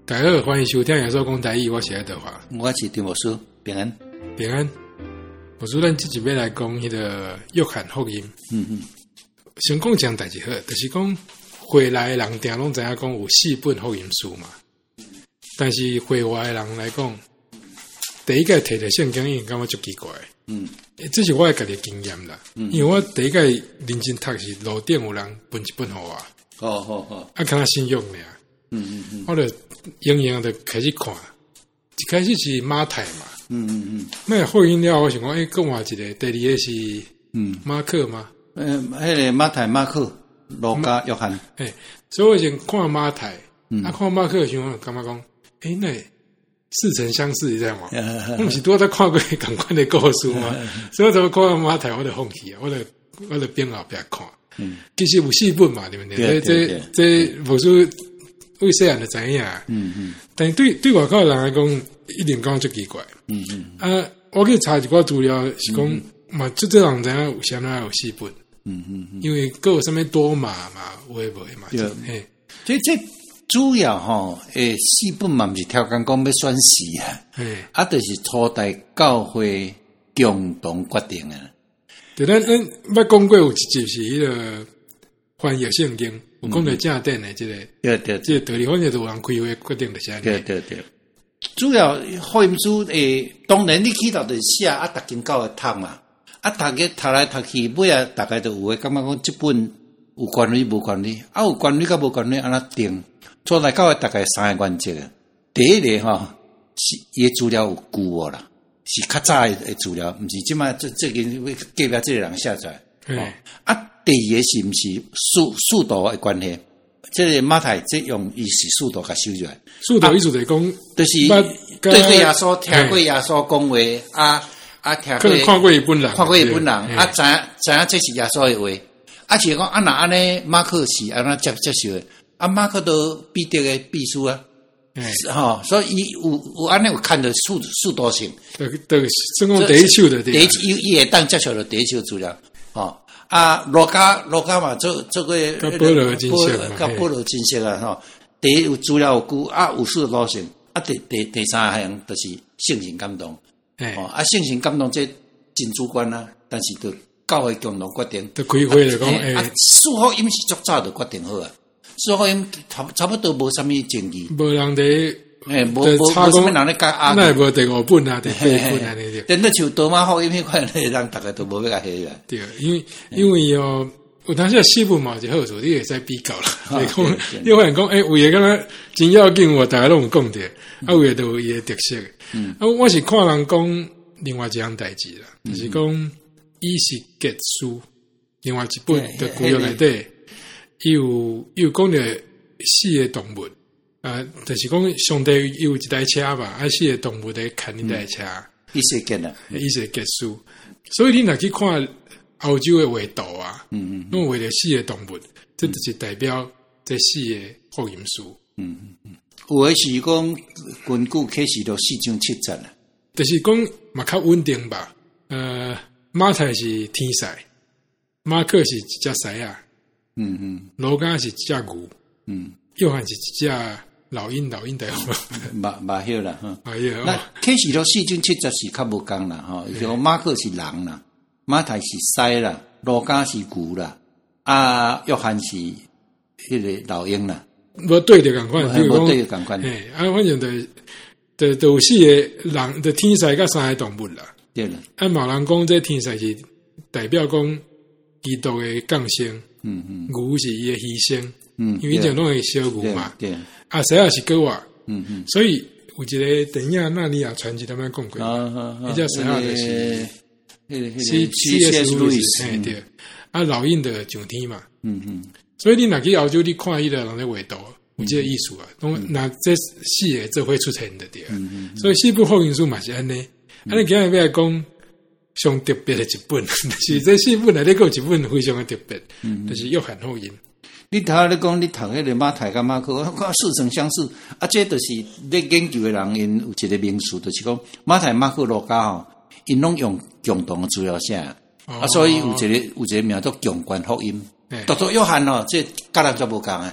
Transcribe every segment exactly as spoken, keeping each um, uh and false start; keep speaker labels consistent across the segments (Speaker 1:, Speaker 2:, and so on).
Speaker 1: 大家好，欢迎收听亚洲公台语，我是爱德华，
Speaker 2: 我是丁牧师，平安
Speaker 1: 平安。牧师，咱这集要来讲迄个约翰福音。嗯嗯，先讲一件代志好，就是讲回来的人定拢知影讲有四本福音书嘛，但是回外的人来讲，第一个摕着圣经，因感觉足奇怪。嗯，这是我家己经验啦。嗯，因为我第一个认真读是路顶有人分一本互我。
Speaker 2: 哦哦哦，
Speaker 1: 啊，敢若信用尔。嗯嗯嗯，我就用用就开始看，一开始是马太嘛，嗯嗯嗯，那福音了，我想讲，诶、欸，另外一个第二个是嗯马可嘛，
Speaker 2: 呃，迄个马太、马可、路加、约翰，
Speaker 1: 诶、欸，所以我先看马太，嗯、啊，看马可的时候，感觉讲，诶、欸，那似曾相识，你知道吗？我不是多在看过同款的故事嘛，所以我怎么看到马太，我就放弃啊，我就我就边后边看，嗯，其实有四本嘛，对不对？这这这无说。为细汉就知影，嗯嗯，但对对外口人来讲，一定讲足奇怪，嗯嗯，啊，我去查一寡资料是讲，嘛，即这人知影有啥物有四本，嗯嗯嗯，因为各有啥物多马嘛，有诶无诶嘛，
Speaker 2: 嘿，所以这主要吼，诶，四本嘛毋是条件讲要选四啊，嘿，啊，就是初代教会共同决定啊。
Speaker 1: 对，咱咱捌讲过有一集是迄个翻译圣经。有讲到正典的这个，
Speaker 2: 对对，
Speaker 1: 这个道理，反正就有人开会决定的啥。
Speaker 2: 对对对，主要福音书诶，当然你起头就写啊，逐间教会读嘛，啊，大家读来读去，尾啊，大概就有诶感觉讲，即本有关理无关理，啊，有关理甲无关理，安那定。初来教会大概三个原则啊。第一个吼，是伊诶资料有旧啦，是较早诶资料，毋是即摆最最近隔壁即个人写出来。哦，啊。第二个是毋是速速度的关系？这个马太这用伊是速度甲修出来。
Speaker 1: 速度意思就是讲，
Speaker 2: 就是对对耶稣听过耶稣讲话，啊啊听过
Speaker 1: 看过伊本人，
Speaker 2: 看过伊本人，啊知知影这是耶稣的话。啊，是讲啊那安尼马可是安那接接受的，啊马可都彼得的秘书啊，吼，所以伊有有安尼有看着速速度性。
Speaker 1: 对对，算讲第一手的，
Speaker 2: 第一伊伊会当接受着第一手资料，吼。啊，路加路加嘛，做做个
Speaker 1: 甲保罗真实嘛，
Speaker 2: 甲保罗真实啊，吼。第一有资料有旧，啊有数多性，啊第第第三项就是圣神感动，哦啊圣神感动这真主观啊，但是就教会共同决定。
Speaker 1: 就开会就讲，诶，
Speaker 2: 啊，四福音是足早就决定好啊，四福音差差不多无啥物争议，
Speaker 1: 无人伫。
Speaker 2: 诶，无无无啥物人咧甲啊，
Speaker 1: 那无第五本啊，第八本啊，那
Speaker 2: 啲。等到像多马福音迄款咧，人大概都无要甲下啊。
Speaker 1: 对，因为因为哦，有当时四本嘛是好处，你会使比较啦。你讲，你有人讲，诶，有诶，敢若真要紧，我大家拢有讲着，啊，有诶都有伊诶特色。嗯，啊，我是看人讲另外一项代志啦，就是讲伊是结书，另外一本的古约内底，伊有伊有讲着四个动物。啊，就是讲上帝有一台车吧，啊，四个动物在牵一台车，
Speaker 2: 以色列啊，
Speaker 1: 以色列书。所以你若去看欧洲的画图啊，嗯嗯，拢画着四个动物，这就是代表这四个福音书。嗯
Speaker 2: 嗯嗯，有诶是讲根据启示录四章七节啊，
Speaker 1: 就是讲嘛较稳定吧。呃，马太是天使，马可是一只狮啊，嗯嗯，路加是一只牛，嗯，约翰是一只。老鹰老鹰的，
Speaker 2: 马马晓啦哈，
Speaker 1: 马晓。
Speaker 2: 那启示录四章七节是较无共啦哈，就马可是人啦，马太是狮啦，路加是牛啦，啊，约翰是迄个老鹰啦，
Speaker 1: 无对着共款，
Speaker 2: 无对着共款。
Speaker 1: 嘿，啊，反正就就就有四个人的天使甲三个动物啦，
Speaker 2: 对啦。
Speaker 1: 啊，某人讲这天使是代表讲基督的降生，嗯嗯，牛是伊的牺牲，嗯，因为讲拢是小牛嘛，对。啊，谁也是歌娃，嗯嗯，所以有一个电影《纳尼亚传奇》他们讲过，伊叫谁啊？就是是 C S 路易斯，嘿对，啊老鹰的上天嘛，嗯嗯，所以你若去澳洲，你看伊个人咧画图，有这个意思啊，拢那这四个这会出现的对啊，所以四部福音书嘛是安尼，安尼今日要来讲上特别的一本，就是这四本内底有一本非常的特别，就是约翰福音。
Speaker 2: 你头咧讲，你读迄个马太甲马可，我看似曾相识，啊，这就是咧研究的人因有一个名词，就是讲马太、马可、路加吼，因拢用共同的资料写，哦、啊，所以有一个有一个名叫共观福音。读做约翰哦，这甲人就无共啊，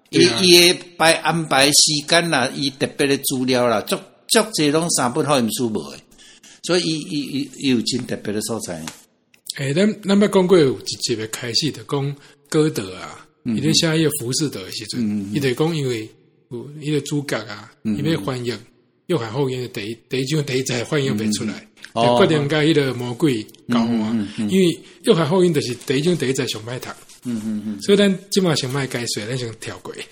Speaker 2: 伊伊诶排安排时间啦，伊特别诶资料啦，足足侪拢三本福音书无诶，所以伊伊伊有真特别诶所在。
Speaker 1: 诶、欸，咱咱捌讲过有一集诶开始就讲歌德啊，伊咧写迄个浮士德诶时阵，伊就讲因为有伊个主角啊，伊要翻译约翰福音诶第一第一章第一节翻译袂出来。嗯就决定甲迄个魔鬼交换，嗯嗯嗯、因为约翰福音就是第一章第一节上歹读，嗯嗯嗯，所以咱即马先卖解说，咱先跳过。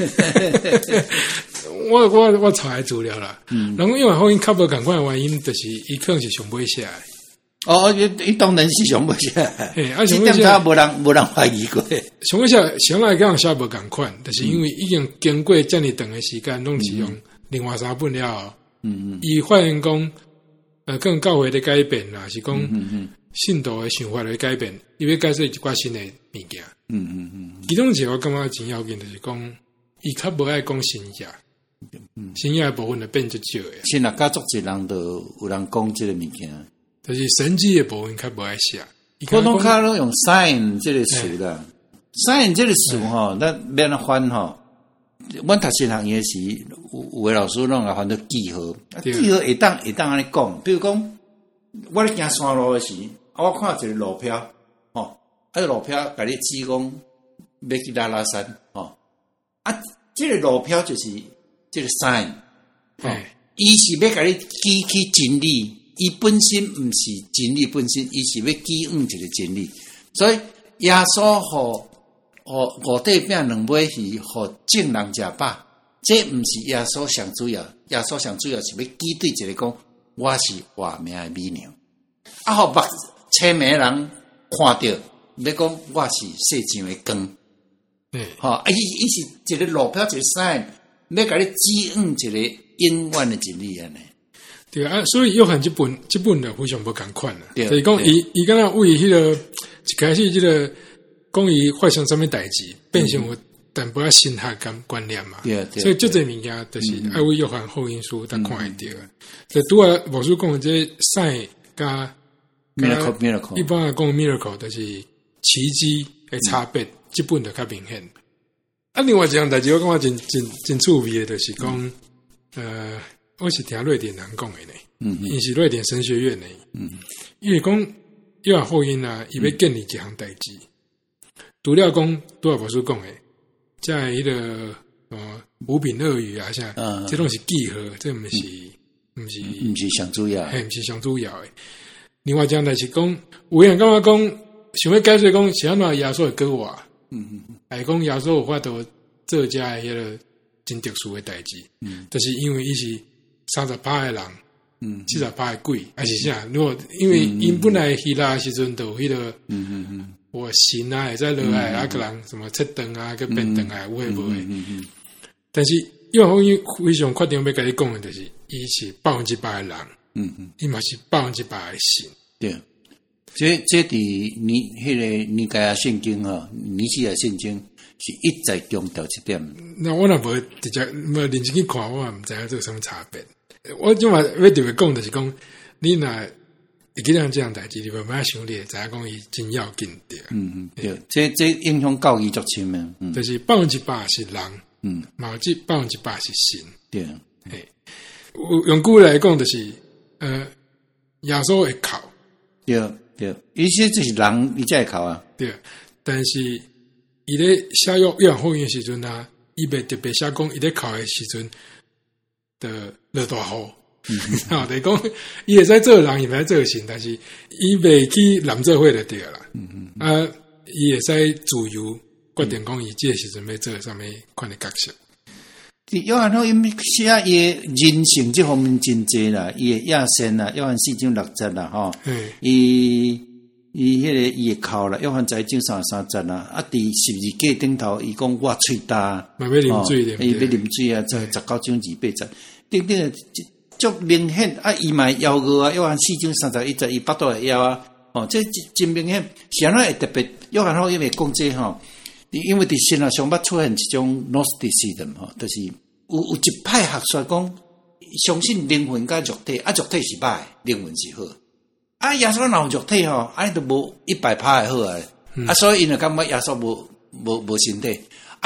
Speaker 1: 我我我查资料啦，嗯，然后约翰福音较无共款诶原因，就是伊可能是上尾写诶。
Speaker 2: 哦，伊当然是上尾写，
Speaker 1: 嘿，啊
Speaker 2: 上尾写无人无人怀疑过。
Speaker 1: 上尾写上来讲写无共款，就是因为已经经过遮尔长诶时间，拢是用另外三本了。嗯嗯，伊发现讲。呃，更教会的改变啦，是讲信徒的想法的改变，因为解释一寡新的物件。嗯嗯嗯，其中一个我感觉真要紧，就是讲，伊较无爱讲新约，新约部分就变足少诶。
Speaker 2: 现在家族一人都有人讲这个物件，
Speaker 1: 就是神迹的部分较无爱写。
Speaker 2: 普通卡拢用 sign 这个词啦 ，sign 这个词吼，咱免来翻吼。阮读新学业时，有有诶老师拢来翻做记号，记号会当会当安尼讲，比如讲，我咧行山路诶时，啊，我看一个路标，吼，啊个路标甲你指讲要去拉拉山，吼，啊，这个路标就是这个 sign， 吼，伊是要甲你记起真理，伊本身毋是真理本身，伊是要记忆一个真理，所以耶稣吼。哦，五块饼两尾鱼，互众人食饱，这毋是耶稣上主要，耶稣上主要是要记对一个讲，我是活命的美娘，啊，互目青眉人看到，要讲我是世上的光，嗯，吼、啊，伊伊是一个路标，一个 sign， 要甲你指引一个永远的真理安尼。
Speaker 1: 对啊，所以约翰这本这本的非常无共款啦，就是讲伊伊敢若为迄个一开始即、這个。讲伊发生什么代志，变成有淡薄仔神学感观念嘛，所以这个物件就是爱为约翰福音书才看会到。就拄啊，牧师讲这sign加
Speaker 2: miracle miracle，
Speaker 1: 一般讲 miracle 就是奇迹的差别，这本就较明显。啊，另外一样代志，我感觉真真真趣味的，就是讲，呃，我是听瑞典人讲的呢，嗯，伊是瑞典神学院的，嗯，因为讲约翰福音啊，伊要建立一项代志。除了讲，拄啊，牧师讲诶，在迄个呃五饼二鱼啊，啥，嗯，这拢是记号，这毋是，毋、嗯、是，
Speaker 2: 毋是上主要，
Speaker 1: 嘿，毋是上主要诶。另外一样代是讲，有人感觉讲，想要解释讲，是安怎耶稣会过我，嗯嗯，还讲耶稣有法度做遮诶迄个真特殊诶代志，嗯，就是因为伊是三十八个人，嗯，七十八个鬼，还是啥？如果因为因本来希腊时阵都有迄个，嗯嗯嗯。我神啊，会在落来啊，个人什么切灯啊，个变灯啊，有诶无诶。但是约翰福音非常确定要甲你讲诶，就是伊是百分之百诶人，嗯嗯，伊嘛是百分之百诶神。
Speaker 2: 对，这这伫你迄个尼盖亚圣经吼，尼西亚圣经是一再强调一点。
Speaker 1: 那我若无直接无认真去看，我也毋知影这有什么差别。我即嘛要特别讲，就是讲你若。会记得这样代志，你慢慢想你，知影讲伊真要紧对。嗯嗯，
Speaker 2: 对，这这影响教育足深诶，
Speaker 1: 嗯，就是百分之百是人，嗯，嘛即百分之百是神，
Speaker 2: 对，
Speaker 1: 嘿，用句来讲，就是呃，耶稣会哭，
Speaker 2: 对对，伊些就是人，伊才会哭啊，
Speaker 1: 对，但是伊咧写约约翰福音诶时阵啊，伊袂特别写讲伊咧哭诶时阵的落大雨。啊，就是讲，伊会使做人，伊袂使做神，但是伊袂去揽做伙就对啦。嗯嗯，啊，伊会使自由决定讲伊即个时阵要做啥物款的角色。
Speaker 2: 约翰福音写伊人性这方面真济啦，伊诶亚仙啦，约翰四章六节啦，吼，伊伊迄个伊诶哭啦，约翰在章三十三节啦，啊，伫十字架顶头，伊讲我喙焦，
Speaker 1: 嘛要啉水咧，
Speaker 2: 伊要啉水啊，在十九章二八节，顶顶。足明显啊！伊嘛邀过啊，约翰四章三十一节，伊巴肚会邀啊，哦，这真明显。是安怎会特别？约翰福音会讲这吼，因为伫新约上捌出现一种 Gnosticism 吼，就是有有一派学说讲，相信灵魂甲肉体，啊，肉体是歹，灵魂是好。啊，耶稣若有肉体吼，安尼都无一百趴会好啊，嗯、啊，所以因就感觉耶稣无无无身体。啊啊，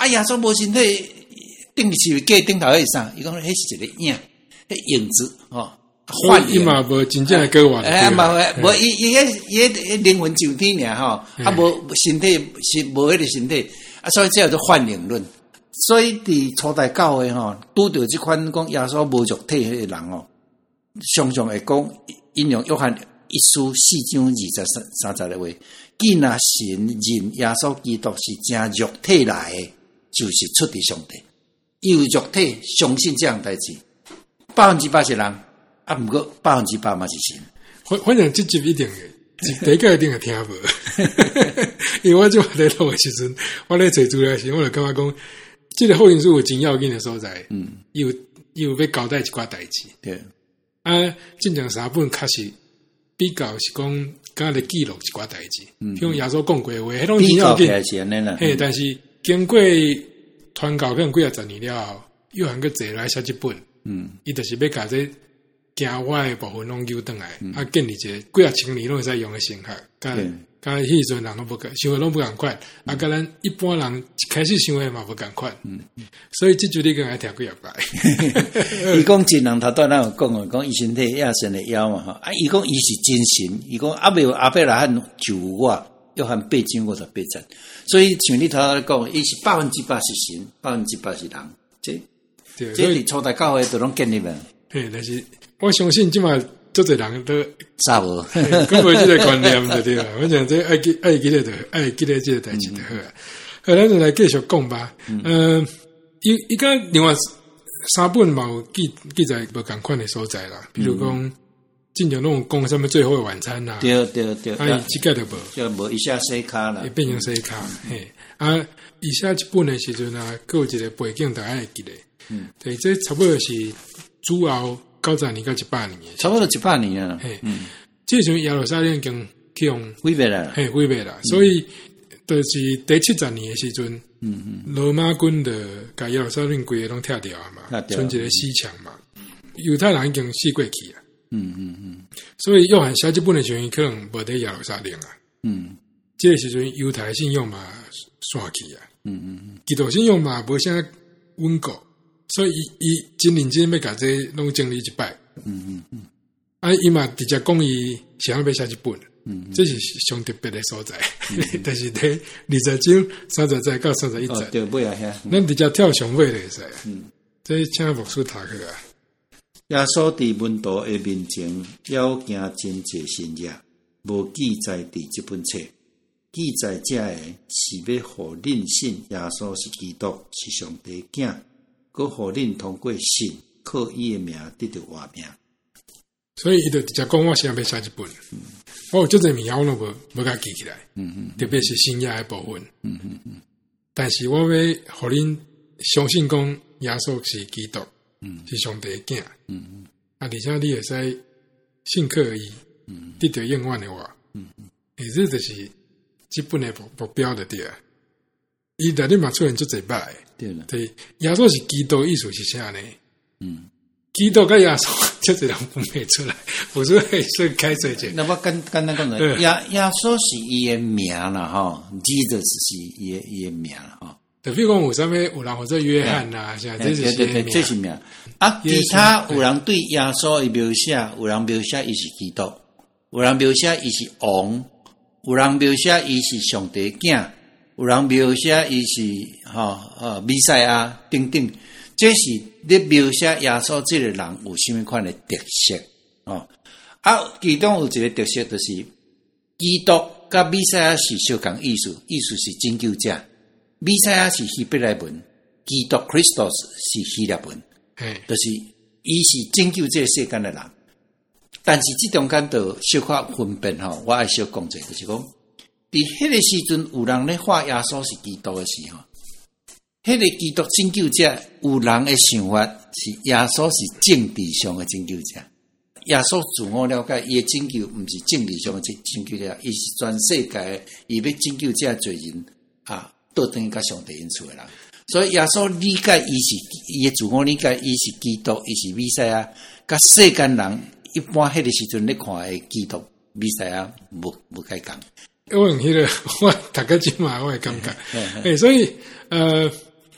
Speaker 2: 啊，耶稣无身体，顶是架顶头迄啥？伊讲迄是一个影，迄影子吼。
Speaker 1: 幻影嘛，无真正嘅我。
Speaker 2: 哎，嘛无伊伊迄伊迄灵魂上天尔吼，啊无身体是无迄个身体，啊所以这叫做幻影论。所以伫初代教会吼，拄着即款讲耶稣无肉体迄个人哦，常常会讲引用约翰一书四章二十三三十个话，既若神认耶稣基督是正肉体来的，就是出伫上帝。有肉体相信这样代志，百分之八十人。啊，毋过百分之百嘛是神。
Speaker 1: 反反正即集一定诶，第一个一定会听无。因为我即话咧录诶时阵，我咧找资料时，我就感觉讲，即个福音书有真要紧诶所在。嗯，有有要交代一寡代志。
Speaker 2: 对。
Speaker 1: 啊，正常三本确实比较是讲，敢咧记录一寡代志。嗯。譬如耶稣讲过诶话，迄种真要紧。嘿，但是经过传教可能几啊十年了后，又还个坐来写一本。嗯。伊就是要甲这。惊我诶部分拢揪转来，嗯、啊，建立一个几啊千年拢会使用诶神学，甲甲迄阵人拢不想法拢不共款，嗯、啊，甲咱一般人一开始想法嘛不共款，嗯，所以即句你跟爱听几啊摆。
Speaker 2: 伊讲真人头段咱有讲诶，讲伊身体亚神诶妖嘛吼，啊，伊讲伊是真神，伊讲阿未阿伯来汉就我，约翰八章五十八节，所以像你头头讲，伊是百分之百是神，百分之百是人，这这伫初代教会都拢建立了。
Speaker 1: 嘿，但是。我相信即嘛，足侪人都
Speaker 2: 差无，
Speaker 1: 讲无即个观念就对啦。反正这爱记爱记咧，就爱记咧，即个代志就好啊。好，咱就来继续讲吧。嗯，呃，伊伊个另外三本嘛有记记载无共款的所在啦，比如讲，进前拢讲什么最后的晚餐啦，
Speaker 2: 对对对，
Speaker 1: 啊，伊即个就无，
Speaker 2: 就无一下洗卡啦，
Speaker 1: 变成洗卡。嘿，啊，以下一本的时阵啊，各有一个背景，大家会记得。嗯，对，这差不多是主后。九十年到一百年，
Speaker 2: 差不多一百年啊。
Speaker 1: 嘿，嗯，这时候耶路撒冷已经去用
Speaker 2: 毁灭了，
Speaker 1: 嘿，毁灭了。所以，就是第七十年的时阵，嗯嗯，罗马军的把耶路撒冷规个拢拆掉啊嘛，剩一个西墙嘛。犹太人已经死过去啊。嗯嗯嗯。所以约翰写这本的时候，可能无在耶路撒冷啊。嗯，这个时阵犹太信仰嘛散去啊。嗯嗯嗯，基督信仰嘛无啥稳固。所以伊伊真认真要甲这拢整理一摆，嗯嗯嗯，啊伊嘛直接讲伊想要写一本，嗯，这是上特别的所在，嗯、但是伫二十章三十节到三十一节，
Speaker 2: 哦对，尾啊遐，
Speaker 1: 咱直接跳上尾咧噻，嗯，这请牧师读去啊。
Speaker 2: 耶稣伫门徒的面前要行真济神业，无记载伫这本册，记载这个是要互恁信耶稣是基督，是上帝囝。佮互恁通过信，靠伊诶名得到活命。
Speaker 1: 所以伊就直接讲，我想要写一本。嗯、我有足侪物件我拢无无甲记起来。嗯嗯，特别是新约诶部分。嗯嗯嗯。但是我要互恁相信讲耶稣是基督，嗯，是上帝诶囝。嗯嗯。啊，而且你会使信靠伊，嗯，得到永远诶话。嗯嗯。诶，这就是即本诶目目标的对啊。伊内底嘛出现足侪摆。对了，对，耶稣是基督，意思是啥呢？嗯，基督跟耶稣，这侪人分袂出来，有时会说开嘴者。
Speaker 2: 那么简简单讲的，耶耶稣是伊的名啦，哈 ，Jesus 是伊的伊的名啦，哈。
Speaker 1: 就比如讲有啥物有人或者约翰呐，像这是
Speaker 2: 对对对，这是名。啊，其他有人对耶稣的描写，有人描写伊是基督，有人描写伊是王，有人描写伊是上帝囝。有人描写伊是吼呃弥赛亚等等，这是咧描写耶稣这个人有啥物款的特色哦。啊，其中有一个特色就是基督甲弥赛亚是相共意思，意思是拯救者。弥赛亚是希伯来文，基督 Christos 是希腊文，嘿，就是伊是拯救这个世间的人。但是这中间就小可分辨吼，我爱小讲者，就是讲。伫迄个时阵，有人咧画耶稣是基督的时候，迄个基督拯救者，有人的想法是耶稣是政治上的拯救者。耶稣自我了解，伊的拯救毋是政治上的拯救者，伊是全世界伊要拯救者罪人啊，倒等于甲上帝因厝的人。所以耶稣理解伊是伊的自我理解，伊是基督，伊是弥赛亚，甲世间人一般迄个时阵咧看的基督、弥赛亚无无解共。
Speaker 1: 我用迄个，我大概即嘛，我会感觉，诶，所以呃，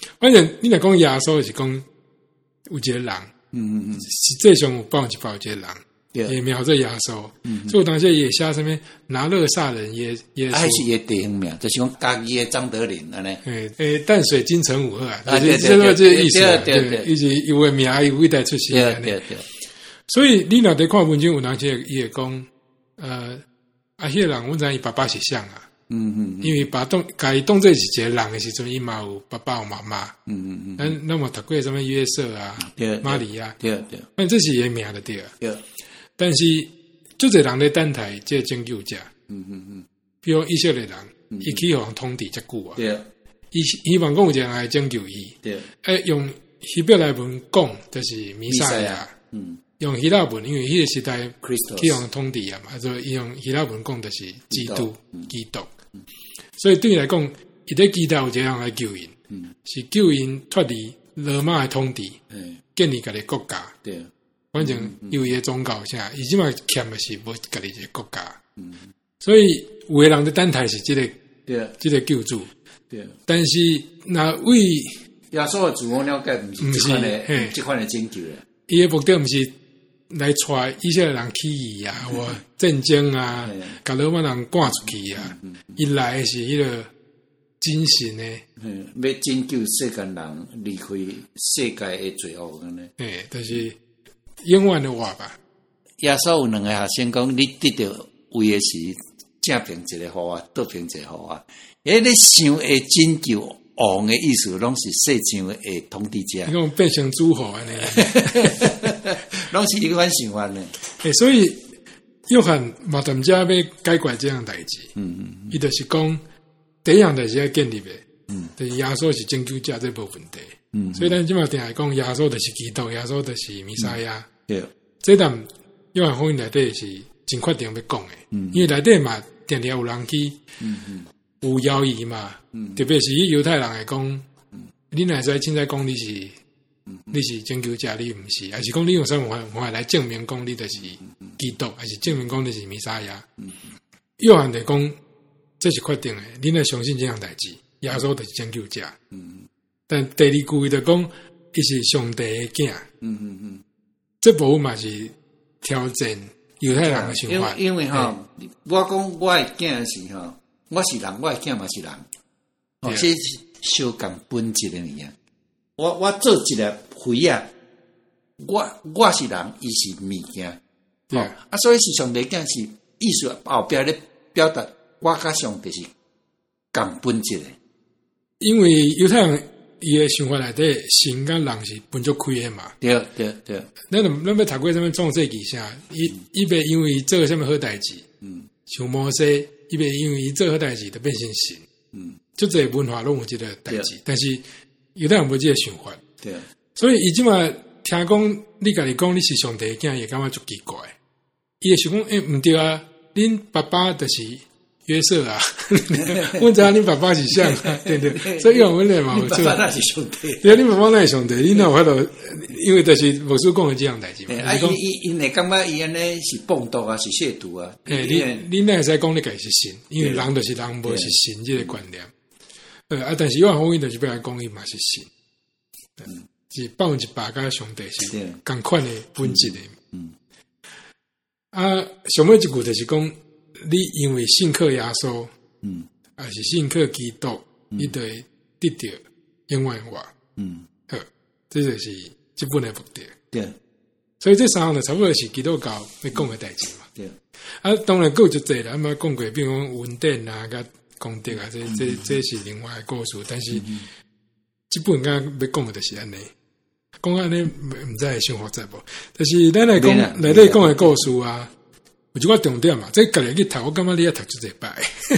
Speaker 1: 反正你若讲耶稣是讲有一个人，嗯嗯嗯，实际上有百分之百有一个人。也描这亚洲，嗯、所以我当时也写什么拿勒萨人也也
Speaker 2: 还是也地方名，就是讲家己的张德霖安尼。
Speaker 1: 诶诶，淡水金城武啊，就是这个这个意思啊，对对，一直有个名有一代出现。
Speaker 2: 对对对。
Speaker 1: 所以你若在看文章有人就也讲，呃，啊，迄个人我知伊爸爸是像啊，嗯嗯，因为把当家己当做是一个人的时阵，伊嘛有爸爸有妈妈，嗯嗯嗯，咱那么读过什么约瑟啊、玛利亚，
Speaker 2: 对对，
Speaker 1: 那这是伊名的对啊，
Speaker 2: 对。
Speaker 1: 但是，就这人咧等待这拯救者，嗯嗯嗯，比如以色列人，伊去互人通敌遮久啊，
Speaker 2: 对，
Speaker 1: 伊希望讲有一个人来拯救伊，对，诶，用希伯来文讲就是弥赛亚，嗯，用希腊文，因为迄个时代去互人通敌啊嘛，所以用希腊文讲就是基督，基督，所以对伊来讲，伊在期待有一个人来救因，嗯，是救因脱离罗马的通敌，嗯，建立家己国家，对。反正有伊个宗教啥，伊即摆欠的是无家己一个国家，嗯、所以有个人的等待是即、这个，对，即个救助，对。但是那为
Speaker 2: 耶稣的自我了解，毋是即款的，即款的拯救咧。
Speaker 1: 伊的目的毋是来带以色列人起义啊，或战争啊，甲罗马人赶出去啊。伊、嗯嗯、来的是迄个精神的，
Speaker 2: 嗯，要拯救世间人离开世界的罪恶安尼。
Speaker 1: 诶，但是。永远的话吧。
Speaker 2: 耶稣有两个学生讲，你得到位的是正平一个互我，倒平一个互我。诶，你想会拯救王的意思，拢是世上的统治者。
Speaker 1: 你讲变成诸侯安尼，
Speaker 2: 拢是一款想法呢。
Speaker 1: 诶，所以约翰马达家要解决这样代志。嗯嗯，伊就是讲第一样代志要建立的。嗯，就是耶稣是拯救者这部分的。嗯，所以咱即马定来讲，耶稣就是基督，耶稣就是弥赛亚。对、嗯，这段约翰福音内底是真确定要讲的。嗯，因为内底嘛，定定有人去，嗯嗯，有谣言嘛。嗯，特别是犹太人来讲，嗯，你若在凊彩讲你是，嗯，你是拯救者，你毋是，还是讲你用什么方法来证明讲你就是基督，还是证明讲你是弥赛亚？嗯，约翰就讲这是确定的，你若相信这样代志，耶稣就是拯救者。嗯。但第二句就讲，伊是上帝的囝，嗯嗯嗯，这部分嘛是挑战犹太人的想法。
Speaker 2: 因为哈，我讲我的囝是哈，我是人，我的囝嘛是人，哦，这是相共本质的物件。我我做一粒灰啊，我我是人，伊是物件，对啊，所以是上帝囝是意思后壁咧表达，我甲上帝是共本质的。
Speaker 1: 因为犹太人。伊诶想法内底，神甲人是分足开诶嘛？
Speaker 2: 对对对。
Speaker 1: 咱咱要读过什么创世纪啥？伊伊袂因为伊做什么好代志，嗯，像摩西，伊袂因为伊做好代志就变成神，嗯，就这文化拢有即个代志，但是犹太人无即个想法，对。所以伊即马听讲你家己讲你是上帝诶囝，也感觉足奇怪。伊会想讲，诶、欸，毋对啊，恁爸爸就是。约瑟啊，我知道你爸爸是像啊，对对，所以我们来嘛，
Speaker 2: 你爸爸那是兄弟，
Speaker 1: 对啊，你爸爸那是兄弟，你那有法度，因为就是牧师讲的这样代志嘛。
Speaker 2: 啊，伊伊伊会感觉伊安尼是蹦毒啊，是亵渎啊。
Speaker 1: 诶，你你那会使讲你家是神，因为人就是人，无是神这个观念。呃啊，但是约翰福音就是要来讲伊嘛是神，嗯，是百分之百甲上帝是同款的本质的。嗯，啊，上尾一句就是讲。你因为信靠耶稣，嗯，还是信靠基督，嗯、你就会得到永远活，嗯，好，这就是基本的目的。对，所以这三项就差不多是基督教要讲的代志嘛。对，啊，当然够就这啦，咁啊讲过，比如讲文典啊、甲功德啊，这这这是另外的故事，但是、嗯、基本上要讲的就是安尼，讲安尼唔知系想复杂无，但是咱来讲内底讲的故事啊。有一个重点嘛，这家己去读，我感觉你要读出一摆，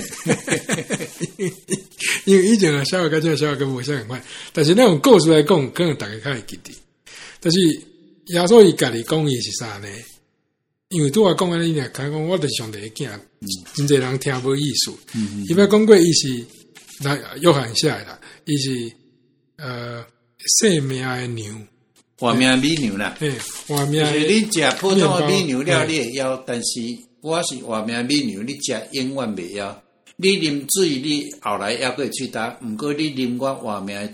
Speaker 1: 因为以前啊，小学跟这小学跟无相共款，但是那种故事来讲，可能大家较会记得。但是耶稣伊家己讲伊是啥呢？因为拄我讲安尼，若讲我就是上帝的囝，真侪人听无意思。伊捌讲过伊是，那约翰写的啦，伊是呃生命的牛。
Speaker 2: 活命美牛啦，
Speaker 1: 嗯，活命
Speaker 2: 就是你食普通的美牛了，你会枵；但是我是活命美牛，你食永远袂枵。你啉水，你后来还可以喙焦；毋过你啉我活命的水，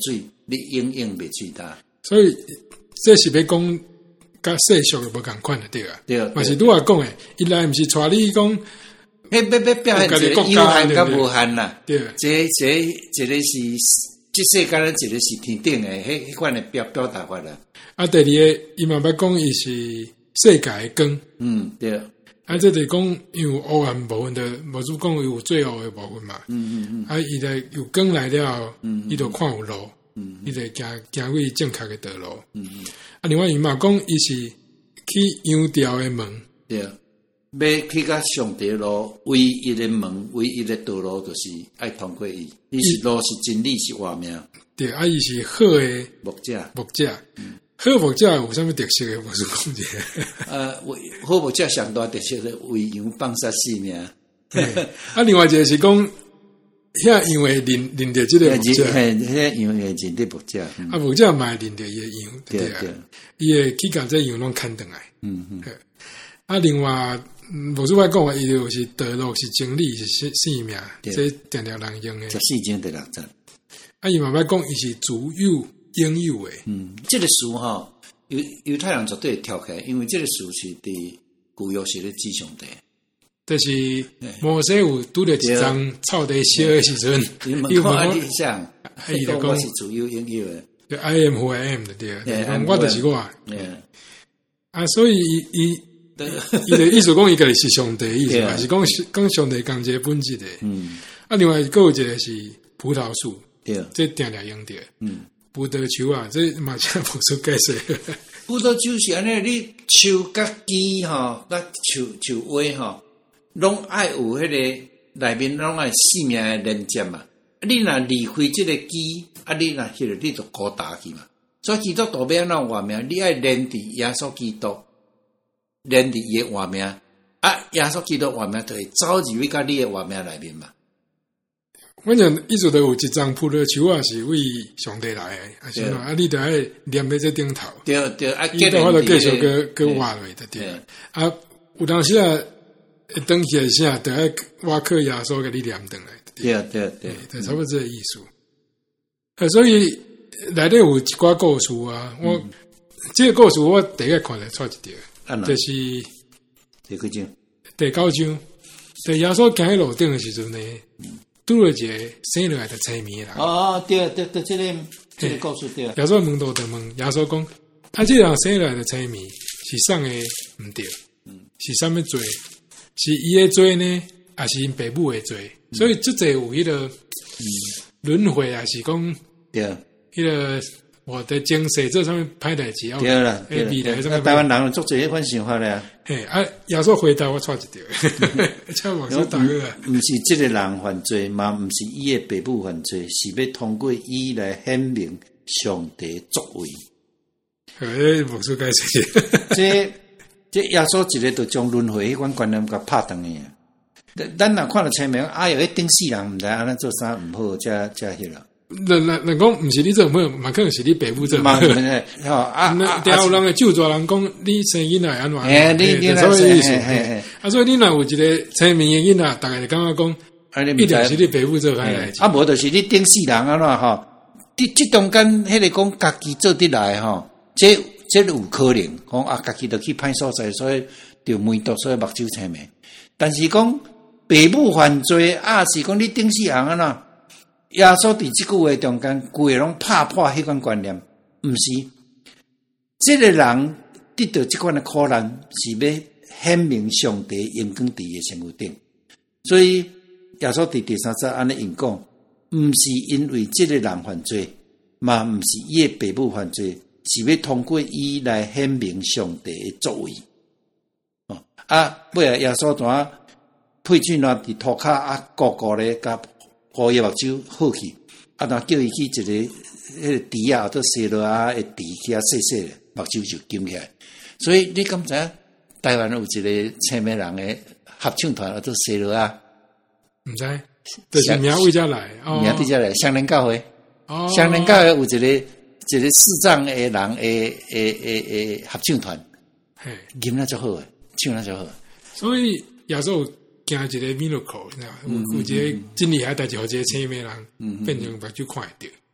Speaker 2: 你永远袂去他。
Speaker 1: 所以这是要讲甲世俗无共款的对啊，
Speaker 2: 对啊，
Speaker 1: 嘛是拄仔讲诶，伊来毋是带你讲，
Speaker 2: 要要要表现一个有限甲无限啦。对，这这一个是即世间咧，一个是天顶诶，迄迄款诶表表达法啦。
Speaker 1: 啊，第二个伊嘛要讲伊是世界诶光，
Speaker 2: 嗯，对。
Speaker 1: 啊，这就讲因为黑暗部分的，无是讲有罪恶诶部分嘛。嗯嗯嗯。啊，伊来有光来了，嗯，伊就看有路，嗯，伊就行行过正确诶道路。嗯嗯。啊，另外伊嘛讲伊是去羊调诶门，
Speaker 2: 对，要去甲上帝路唯一诶门，唯一诶道路，就是爱通过伊。伊是路是真理是活命。
Speaker 1: 对，啊，伊是好诶
Speaker 2: 牧者，
Speaker 1: 牧者。嗯，好牧者有啥物特色诶？我是讲者。
Speaker 2: 呃，好牧者上大特色是为羊放杀性命。
Speaker 1: 啊，另外一个是讲，遐因为认认得即个牧者，
Speaker 2: 遐羊诶认得牧者，
Speaker 1: 啊，牧者嘛认得伊诶羊，对啊，伊会去甲这羊拢牵倒来。嗯嗯。啊，另外，无说我讲话，伊就是道路是真理是生生命，这定定人用诶。
Speaker 2: 十四章第六节。
Speaker 1: 啊，伊慢慢讲，伊是主有应有诶。
Speaker 2: 嗯，这个书吼，犹犹太人绝对会跳起来，因为这个书是伫旧约时咧指上帝。
Speaker 1: 就是摩西有拄着一张草地烧诶时阵，
Speaker 2: 伊问看你想，伊就讲是主有应有诶。
Speaker 1: 就 I am who I am 的对，我就是我。啊，所以伊伊伊的意思讲，伊个是上帝意思，还是讲讲上帝讲这本质的。嗯。啊，另外还有一个是葡萄树。对，这定定用着。嗯，葡萄树啊，这嘛真无错解释。
Speaker 2: 葡萄树是安尼，你树甲枝吼，甲树树花吼，拢爱有迄个内面拢爱生命诶连接嘛。你若离开即个枝，啊，你若迄个你就孤单去嘛。所以基督徒要安怎活命？你爱连伫耶稣基督，连伫伊诶活命。啊，耶稣基督活命就会走入去甲你诶活命内面嘛。
Speaker 1: 反正意思都有一张葡萄树啊，是为上帝来诶，啊是嘛？啊，你著爱黏在这顶头，
Speaker 2: 对对，啊，
Speaker 1: 伊都法度继续个个挖落的对。啊，有当时啊，登起来啥，著爱挖靠耶稣甲你黏登来。
Speaker 2: 对对对，
Speaker 1: 对，差不多这个意思。啊，所以内底有一寡故事啊，我这个故事我第一个看来错一条，就是
Speaker 2: 第几章？
Speaker 1: 第九章，在耶稣行喺路顶的时阵呢。拄了一个生落来的催眠人。
Speaker 2: 哦哦，对对对，这个这个故事对。
Speaker 1: 耶稣问道就问耶稣讲：，啊，这人生落来的催眠是啥个毋对？嗯，是啥物罪？是伊的罪呢，还是因父母的罪？嗯、所以即个有迄、那个嗯轮回啊，是讲
Speaker 2: 对，
Speaker 1: 迄个我的前世做啥物歹代志，
Speaker 2: 对啦，对啦。台湾人做这迄款想法咧。 嘿，
Speaker 1: 啊，耶稣回答我错一条，超往说大个啊！
Speaker 2: 毋是即个人犯罪，嘛毋是伊的父母犯罪，是要通过伊来显明上帝作为。
Speaker 1: 诶，无说解释。
Speaker 2: 这这耶稣一个就将轮回迄款观念甲拍断去啊！咱若看到前面，哎哟，迄顶死人毋知安尼做啥毋好，才才迄啦。
Speaker 1: 人人人讲毋是你做唔好，嘛可能是你爸母做唔好。啊，第后人诶就做人讲你生囡仔安怎？
Speaker 2: 哎，你你
Speaker 1: 所以意思，啊，所以你若有一个聪明诶囡仔，大概就感觉讲，一定是你爸母做歹代志。
Speaker 2: 啊，无就是你顶死人安怎吼？你即中间迄个讲家己做得来吼，这这有可能讲啊，家己就去歹所在，所以就梅毒，所以目睭青霉。但是讲爸母犯罪啊，是讲你顶死人安怎？耶稣伫即句话中间，规个拢拍破迄款观念，毋是。这个人得到即款的苦难，是要显明上帝荣光伫伊身躯顶。所以耶稣伫第三节安尼应讲，毋是因为这个人犯罪，嘛毋是伊的父母犯罪，是要通过伊来显明上帝的作为。哦，啊，尾啊，耶稣怎啊配水烂伫涂骹啊，高高咧甲。互伊目睭好去，啊！若叫伊去一个迄个池啊，或者洗落啊，会池去啊洗洗，目睭就金起来。所以你敢知影台湾有一个青美人的合唱团，或者洗落啊？
Speaker 1: 毋知，就是名为遮来，
Speaker 2: 名伫遮来，双人教会，哦，双人教会有一个一个视障的人的诶诶诶合唱团，嘿，音那就好，唱那就好。
Speaker 1: 所以耶稣。惊一个 miracle，有有一个真厉害代志，互一个青面人变成目睭看会到。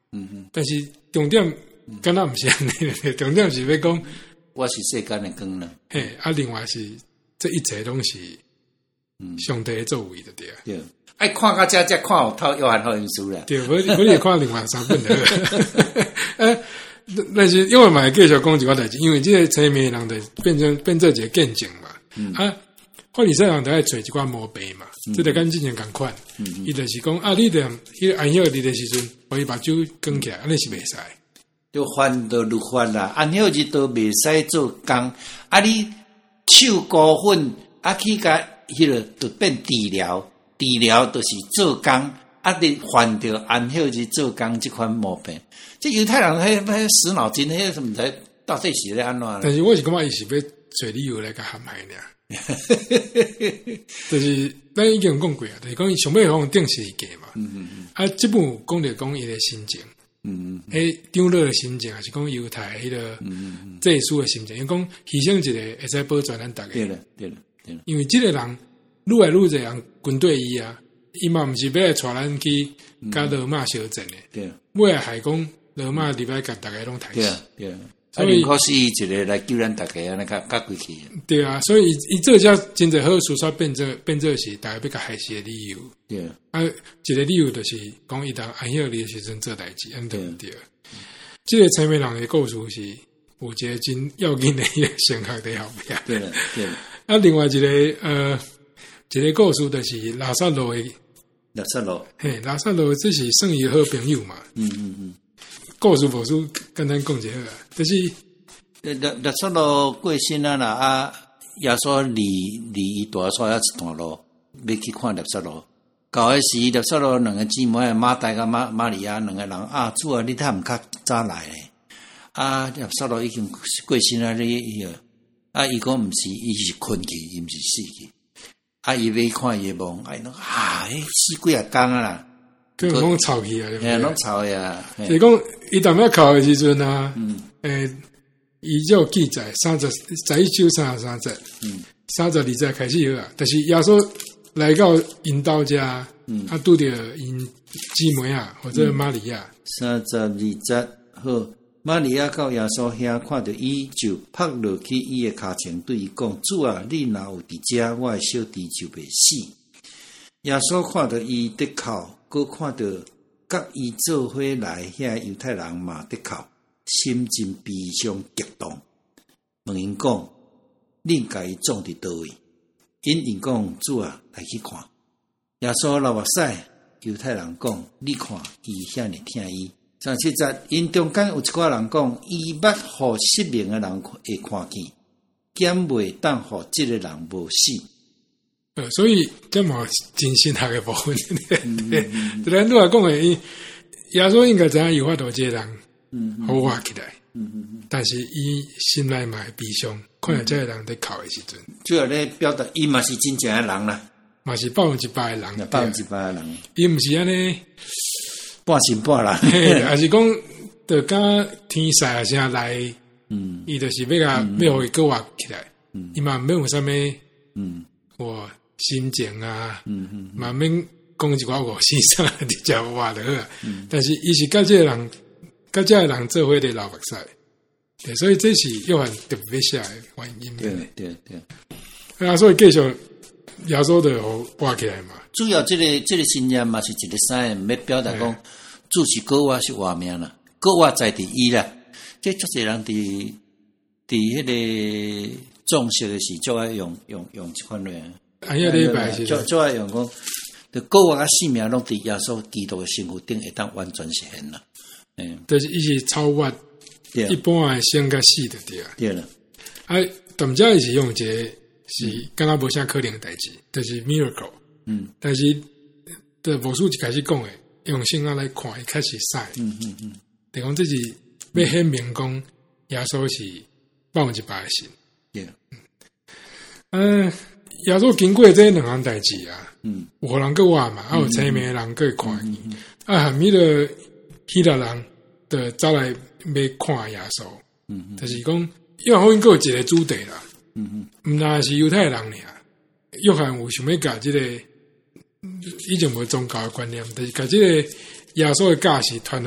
Speaker 1: 嗯嗯，但是重点敢若毋是安尼，重点是要讲
Speaker 2: 我是世间的光呢。
Speaker 1: 嘿，啊，另外是这一切拢是上帝的作为的对啊。
Speaker 2: 对，爱看到这才看有透约翰福音书啦。
Speaker 1: 对，我我也看另外三本的。呃，但是因为嘛继续讲一个代志，因为这个前面人的变成变做一个见证嘛。嗯、啊，法利赛人就爱找一寡毛病嘛，嗯、这个跟之前共款。伊、嗯、就是讲啊，你着迄安息日的时阵，可以把酒扛起来，安尼是袂使。
Speaker 2: 就犯到律法啦，安息日都袂使做工，啊你手高粉，啊去甲迄个就变治疗，治疗就是做工，啊你犯到安息日做工这款毛病，这犹太人迄迄死脑筋，迄什么才到底是咧安怎？
Speaker 1: 但是我是感觉伊是要找理由来甲陷害尔，就是咱已经讲过啊，就是讲伊上尾方定是假嘛，嗯嗯嗯，啊这本讲着讲伊的心情。嗯，迄长老的心情，还是讲犹太迄个祭司的心情？因为讲牺牲一个会使保全咱大家。
Speaker 2: 对了，对了，对了。
Speaker 1: 因为这个人愈来愈侪人军队伊啊，伊嘛毋是要来带咱去甲罗马相争的。对。尾来还讲罗马入来甲大家拢抬起。
Speaker 2: 对啊，对啊。所以可是伊一个来救咱大家，安尼甲甲过去。
Speaker 1: 对啊，所以伊做遮真侪好事，煞变做变做是大家要甲害死的理由。对啊，一个理由就是讲伊当安息日的时阵做代志，安对毋对？这个前面人的故事是有一个真要紧的一个神学在后壁。
Speaker 2: 对了，对了。
Speaker 1: 啊，另外一个呃，一个故事就是拉萨路的。
Speaker 2: 拉萨路，
Speaker 1: 嘿，拉萨路这是算伊好朋友嘛。嗯嗯嗯。故事无书简单讲一下啊，就是
Speaker 2: 拉拉萨路过身啊啦，啊，耶稣离离伊大煞遐一段路，要去看拉萨路。到迄时，拉萨路两个姊妹马大甲马马利亚两个人啊，主啊，你太毋较早来咧。啊，拉萨路已经过身啊，你伊个啊，伊讲毋是，伊是困去，伊毋是死去。啊，伊要看伊梦，哎，侬啊，迄死几啊工啊啦。
Speaker 1: 跟拢吵起啊，
Speaker 2: 哎，拢吵呀。
Speaker 1: 就是讲，伊当要考的时阵啊，嗯，诶，伊就记载三十，十一九三十三节，嗯，三十二节开始有啊。但是耶稣来到因兜遮，嗯，啊，拄着因姊妹啊，或者玛利亚。
Speaker 2: 三十二节好，玛利亚到耶稣遐看到伊，就拍落去伊的骹前，对伊讲：主啊，你若有伫遮，我的小弟就袂死。耶稣看到伊得哭。佮看到甲伊做伙来遐犹太人嘛得哭，心真悲伤激动，问因讲：恁甲伊葬伫倒位？因因讲：主啊，来去看。耶稣老目屎，犹太人讲：你看伊遐尼疼伊。三七节，因中间有一寡人讲：伊捌互失明的人会看见，减袂当互即个人无死。
Speaker 1: 呃，所以这嘛真心学的部分，对，对咱来讲诶，耶稣应该知影有法度这个人好活起来，嗯嗯嗯，但是伊心内嘛会悲伤，看到这个人在哭的时阵，
Speaker 2: 主要咧表达伊嘛是真正的人啦，
Speaker 1: 嘛是百分之百的人，
Speaker 2: 百分之百的人，
Speaker 1: 伊毋是安尼
Speaker 2: 半信半人，
Speaker 1: 还是讲着甲天使啊啥来，嗯，伊就是要甲要互伊搁活起来，嗯，伊嘛没有啥物，嗯，我。心情啊，嗯嗯，慢慢讲一寡我身上直接话就好啊。嗯、但是伊是甲这个人，甲这个人做伙的老目屎，对，所以这是约翰特别写的原因。
Speaker 2: 对对对。
Speaker 1: 啊，所以继续耶稣就互活起来嘛。
Speaker 2: 主要这个这个信仰嘛是一个啥？要表达讲，主是国我是活命啦，国我在第一啦。这足侪人伫伫迄个种植的时，就爱用用用这款类。
Speaker 1: 安息礼拜是，
Speaker 2: 就就爱用讲，就国我甲性命拢伫耶稣基督的身躯顶会当完全实现啦。嗯，
Speaker 1: 就是伊是超越一般的生甲死的对啊。
Speaker 2: 对了，
Speaker 1: 啊，踮遮伊是用一个是敢若无啥可能的代志，就是 miracle。嗯，但是的魔术一开始讲诶，用圣经来看，伊开始使。嗯嗯嗯，就讲这是要显明讲耶稣是百分之百的神。对，嗯。耶稣经过这两项代志啊，嗯，有人个话嘛，啊有前面人个看见，嗯嗯、啊含迄个希腊人的走来要看耶稣，嗯，嗯就是讲约翰福音个有一个主题啦，嗯嗯，毋但是犹太人尔，约翰有想要甲即、這个以前无宗教的观念，但是甲即个耶稣的教是传互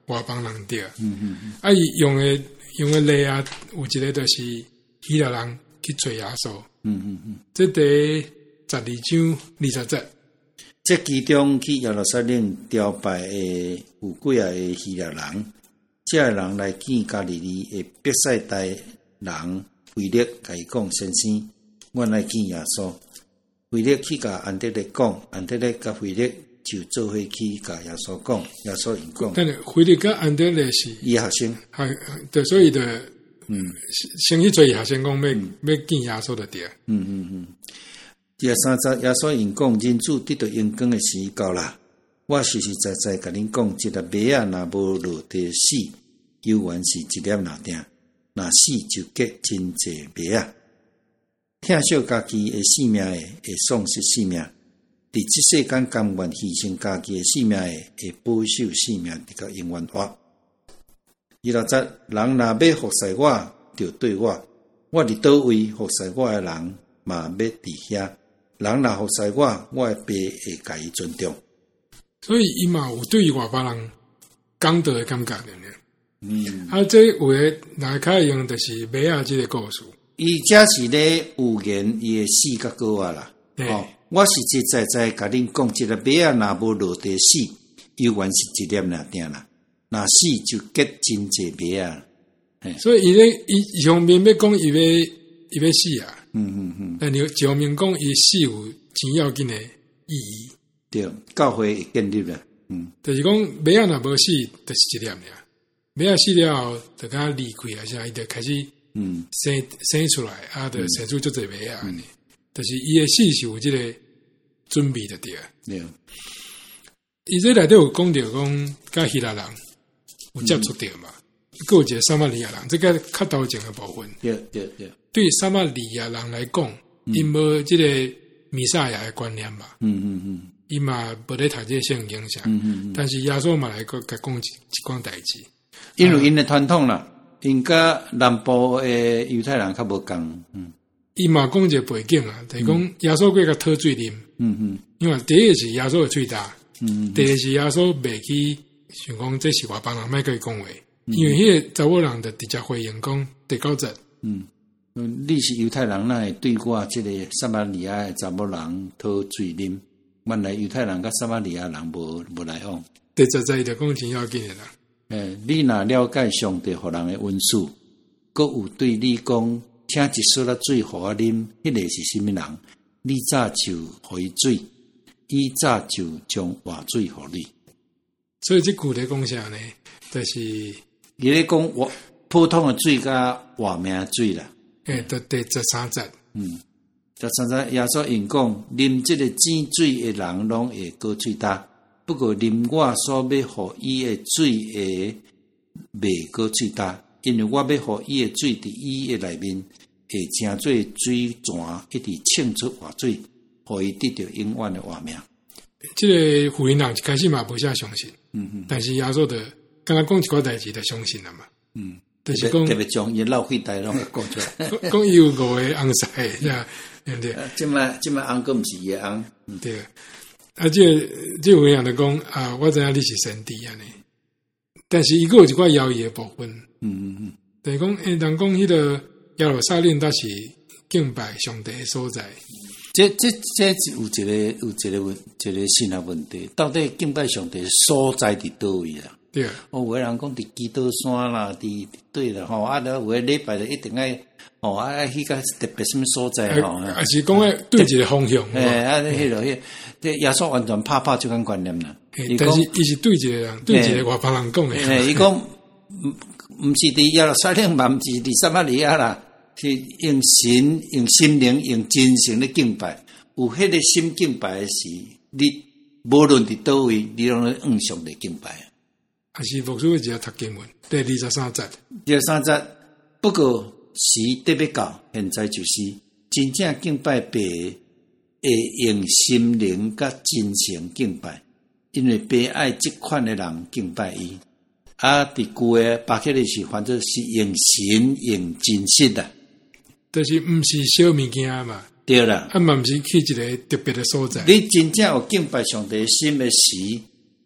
Speaker 1: 外邦人对。嗯嗯嗯。啊，伊用诶用诶例啊，有一个就是希腊人去找耶稣。嗯嗯嗯。这第十二章二十节。
Speaker 2: 这其中去耶路撒冷朝拜诶有几啊个希腊人，这个人来见加利利诶伯赛大人腓力，甲伊讲：先生，我来见耶稣。腓力去甲安德烈讲，安德烈甲腓力就做伙去甲耶稣讲，耶稣因讲。
Speaker 1: 但是腓力甲安德烈是
Speaker 2: 伊学生，
Speaker 1: 系对，所以的嗯，先去做学生讲要、嗯、要见耶稣的对。
Speaker 2: 嗯嗯嗯。第三节，耶稣因讲：人子得到阳光的时到啦。我实实在在甲恁讲，一粒麦啊，若无落地死，犹原是一粒哪定；若死就结真济麦啊。疼惜家己的性命的，会丧失性命；伫即世间甘愿牺牲家己的性命的，会保守性命，直到永远活。二六节，人若要服侍我，就对我；我伫倒位服侍我的人，嘛要伫遐。人若服侍我，我的爸会甲伊尊重。
Speaker 1: 所以伊嘛有对外邦人讲道的感觉的呢。嗯，啊，这有诶，来开用就是马亚这个故事。
Speaker 2: 伊这是咧预言伊诶死甲过啊啦。哦，我实实在在甲恁讲，一个马亚若无落地死，犹原是一粒若定啦。若死就结真济马啊。
Speaker 1: 所以伊咧伊上面要讲伊要伊要死啊。
Speaker 2: 嗯嗯嗯，
Speaker 1: 但你上面讲伊死有真要紧的意义，
Speaker 2: 对，教会会建立了，嗯，
Speaker 1: 就是讲马仔若无死，就是一粒尔，马仔死了后，就甲离开啊，啥伊就开始嗯生生出来啊，就生出足侪马仔安尼，就是伊的死是有即个准备的对啊，对，伊这内底有讲着讲，甲希腊人有接触着嘛，佮、嗯、有一个撒玛利亚人，这个较头前的部分，
Speaker 2: 对对对。
Speaker 1: 对撒玛利亚人来讲，伊无即个弥赛亚的观念嘛，嗯嗯嗯，伊嘛无咧读这圣经啥，嗯嗯嗯，但是耶稣嘛来个甲讲一一桩代志，
Speaker 2: 因为因的传统啦，因甲南部诶犹太人较无共，嗯，
Speaker 1: 伊嘛讲一个背景啊，就是讲耶稣过甲讨水啉，嗯嗯，因为第一是耶稣的喙大，嗯，第二是耶稣袂去想讲这是外邦人莫可以讲话，因为迄个查某人就直接回应讲第九节，嗯。
Speaker 2: 你是犹太人，哪会对我这个撒玛利亚的查某人讨水啉？原来犹太人甲撒玛利亚人无无来往。
Speaker 1: 第十节就讲真要紧的啦。
Speaker 2: 诶，你若了解上帝互人的恩赐，佮有对你讲，请一撮仔水互我啉，迄、那个是甚物人？你早就互伊水，伊早就将活水互你。
Speaker 1: 所以这句咧讲啥呢？就是伊
Speaker 2: 咧讲活普通的水甲活命水啦。
Speaker 1: 诶，到第十三节，
Speaker 2: 嗯，十三节耶稣因讲，啉即个井水的人拢会高喙焦，不过啉我所要互伊的水会袂高喙焦，因为我要互伊的水伫伊的内面会成做水泉，一直冲出活水，互伊得到永远的活命。
Speaker 1: 即个福音人一开始嘛无啥相信，嗯嗯，但是耶稣就刚刚讲一寡代志就相信了嘛，嗯。就是讲，
Speaker 2: 特别将伊老血带拢讲出来。
Speaker 1: 讲伊有五个翁婿，是啊，对不对？
Speaker 2: 即摆即摆翁哥毋是伊的翁，
Speaker 1: 对。啊，即即有人就讲啊，我知影你是神帝安尼，但是伊个有一寡谣言的部分，嗯嗯嗯，就是讲，诶，人讲迄个耶路撒冷，它是敬拜上帝的所在。
Speaker 2: 这这这有一个有一个问一个新的问题，到底敬拜上帝的所在伫倒位啊？
Speaker 1: 对啊，
Speaker 2: 哦，有个人讲伫基督山啦，伫对啦，吼，啊，有个礼拜就一定爱，哦，啊，爱去个特别什么所在吼，
Speaker 1: 啊是讲诶对一个方向，
Speaker 2: 诶，啊，迄落迄，这耶稣完全拍拍这种观念啦。
Speaker 1: 但是伊是对一个人，对一个外邦人讲诶。
Speaker 2: 伊讲，毋毋是伫耶路撒冷嘛，毋是伫撒玛利亚啦，是用神、用心灵、用真诚的敬拜。有迄个心敬拜诶时，你无论伫倒位，你拢咧向上帝敬拜。
Speaker 1: 还是牧师只要读经文，第二十三节。
Speaker 2: 第二十三节，不过时得要到，现在就是真正敬拜爸，会用心灵甲真诚敬拜，因为爸爱即款的人敬拜伊。啊，伫句诶，巴克利是反正是用神用真实的，
Speaker 1: 就是毋是小物件嘛。
Speaker 2: 对啦，
Speaker 1: 啊嘛毋是去一个特别的所在。
Speaker 2: 你真正有敬拜上帝心的时。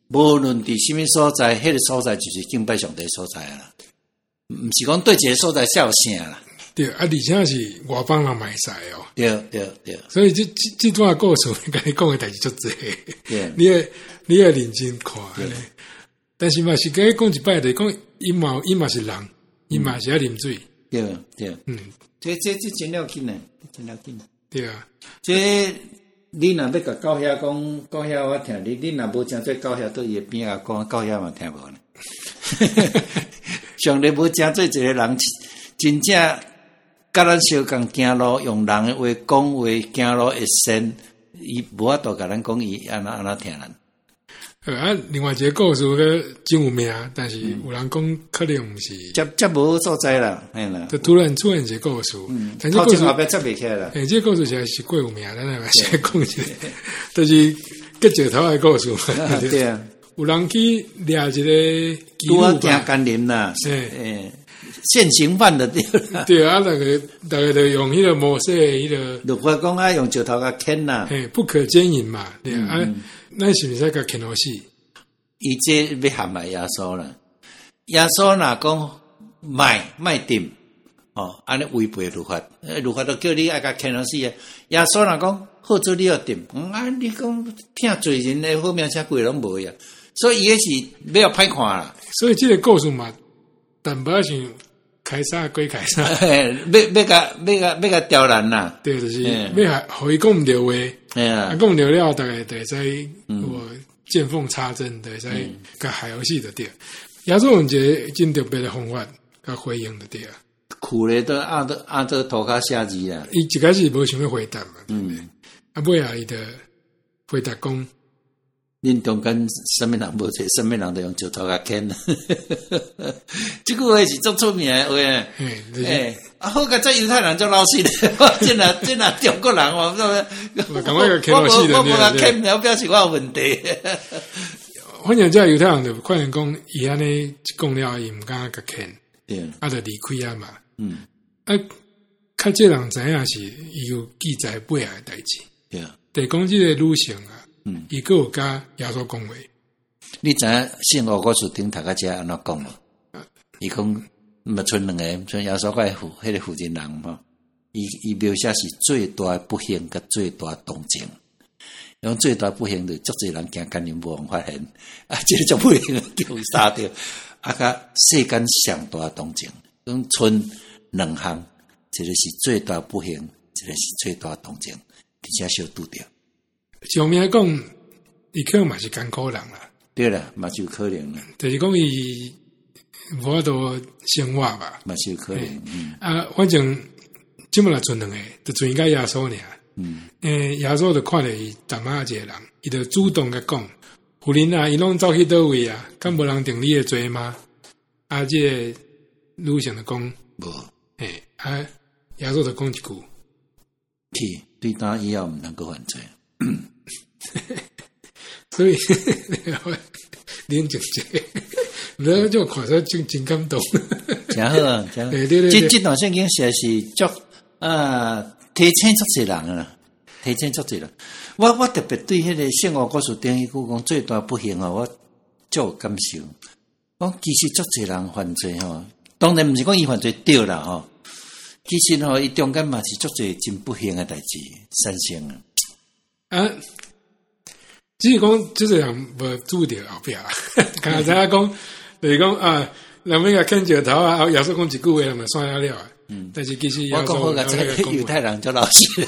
Speaker 2: 无论伫什么所在，迄、那个所在就是敬拜上帝所在啦。毋是讲对一个所在才有啥啦。
Speaker 1: 对，啊，而且是外邦人买晒哦。
Speaker 2: 对对对。
Speaker 1: 所以这这这段故事，甲你讲的代志足济。对。你也你也认真看。但是嘛是甲伊讲一摆的，讲伊嘛伊嘛是人，伊嘛是要啉水。
Speaker 2: 对对。嗯，这这这真了紧呢，真了紧。
Speaker 1: 对啊。
Speaker 2: 这你若要甲到遐讲，到遐我听你，你若无诚做到遐对伊边啊讲，到遐嘛听无呢。上帝无诚做一个人，真正甲咱相共行路，用人的话讲话，行路会善，伊无法度甲咱讲伊安那安那听咱。
Speaker 1: 呃啊，另外一个故事个真有名，但是有人讲可能毋是，
Speaker 2: 接接无所在啦，嘿啦，
Speaker 1: 就突然出现一个故事，
Speaker 2: 嗯，
Speaker 1: 但是故事
Speaker 2: 后壁接袂起来啦。
Speaker 1: 诶，这个故事实是过有名，咱来嘛先讲一下，就是结石头的故事。
Speaker 2: 对啊，
Speaker 1: 有人去掠一个
Speaker 2: 拄啊惊干啉啦，诶，现行犯的对啦。
Speaker 1: 对啊，那个大家就用迄个模式，迄个
Speaker 2: 如果讲啊，用石头甲牵啦，
Speaker 1: 嘿，不可奸淫嘛，对啊。咱是毋是甲牵好死？
Speaker 2: 伊这要陷害耶稣啦。耶稣若讲卖卖定哦，安尼违背律法，律法都叫你爱甲牵好死啊。耶稣若讲好做你要定，嗯啊，你讲听罪人的好名声贵拢无呀，所以伊是要歹看啦。
Speaker 1: 所以这个故事嘛，淡薄像凯撒归凯撒，
Speaker 2: 要要甲要甲要甲刁难啦。
Speaker 1: 对，就是要互伊讲毋对话。哎呀，讲了了，大概得在我见缝插针，得在甲海游戏的对。亚洲用一个真特别的方法，甲回应的对啊。
Speaker 2: 苦咧都按着按着涂骹写字啊。
Speaker 1: 伊一开始无想要回答嘛，嗯，啊尾啊伊就回答讲，
Speaker 2: 恁中间什么人无做，什么人都用石头甲牵。这句话是足出名的话，诶。啊，好个这犹太人就老实咧，真啊真啊中国人我
Speaker 1: 我感觉个牵老实的，
Speaker 2: 我我我牵了表示我有问题。
Speaker 1: 反正这犹太人就可能讲伊安尼讲了，伊毋敢甲牵，对，啊就离开啊嘛。嗯，啊，较这人知影是伊有记载背后的代志，对啊。得讲这个女性啊，嗯，伊个有甲耶稣讲话。
Speaker 2: 你知影圣奥古斯丁读到遮安怎讲无？伊讲。嘛，剩两个，剩耶稣个负，迄个负责人嘛，伊伊描写是最大不幸甲最大同情。用最大不幸就足侪人惊干啉无人发现，啊，即个足不幸丢杀掉，啊，甲世间上大同情，讲剩两项，一个是最大不幸，一个是最大同情，而且小拄着。
Speaker 1: 上面来讲，伊可能嘛是艰苦人啦。
Speaker 2: 对啦，嘛就可能啦。
Speaker 1: 就是讲伊。无法度生活吧，
Speaker 2: 嘛是有可能。嗯、
Speaker 1: 啊，反正即么来存两个，就存个耶稣尔。嗯，诶，耶稣就看着伊淡仔一个人，伊就主动甲讲：妇人啊，伊拢走去倒位啊？敢无人定你的罪吗？啊，即个女性就讲无。诶，啊，耶稣就讲一句：
Speaker 2: 去对他以后毋能够犯罪。
Speaker 1: 所以，恁就这。然后就看出真真感动，
Speaker 2: 真好啊！真好。这这段圣经写是足啊，提醒足侪人啊，提醒足侪人。我我特别对迄个圣奥古斯丁伊句讲最大不幸啊，我足有感受。讲其实足侪人犯罪吼，当然毋是讲伊犯罪对啦吼，其实吼伊中间嘛是足侪真不幸的代志产生啊。
Speaker 1: 啊，只是讲即个人无注着后壁，刚才讲。就是讲啊，人们甲牵石头啊，耶稣讲一句话，人们算了了啊。嗯，但是其实
Speaker 2: 我讲好个，这犹太人就老实。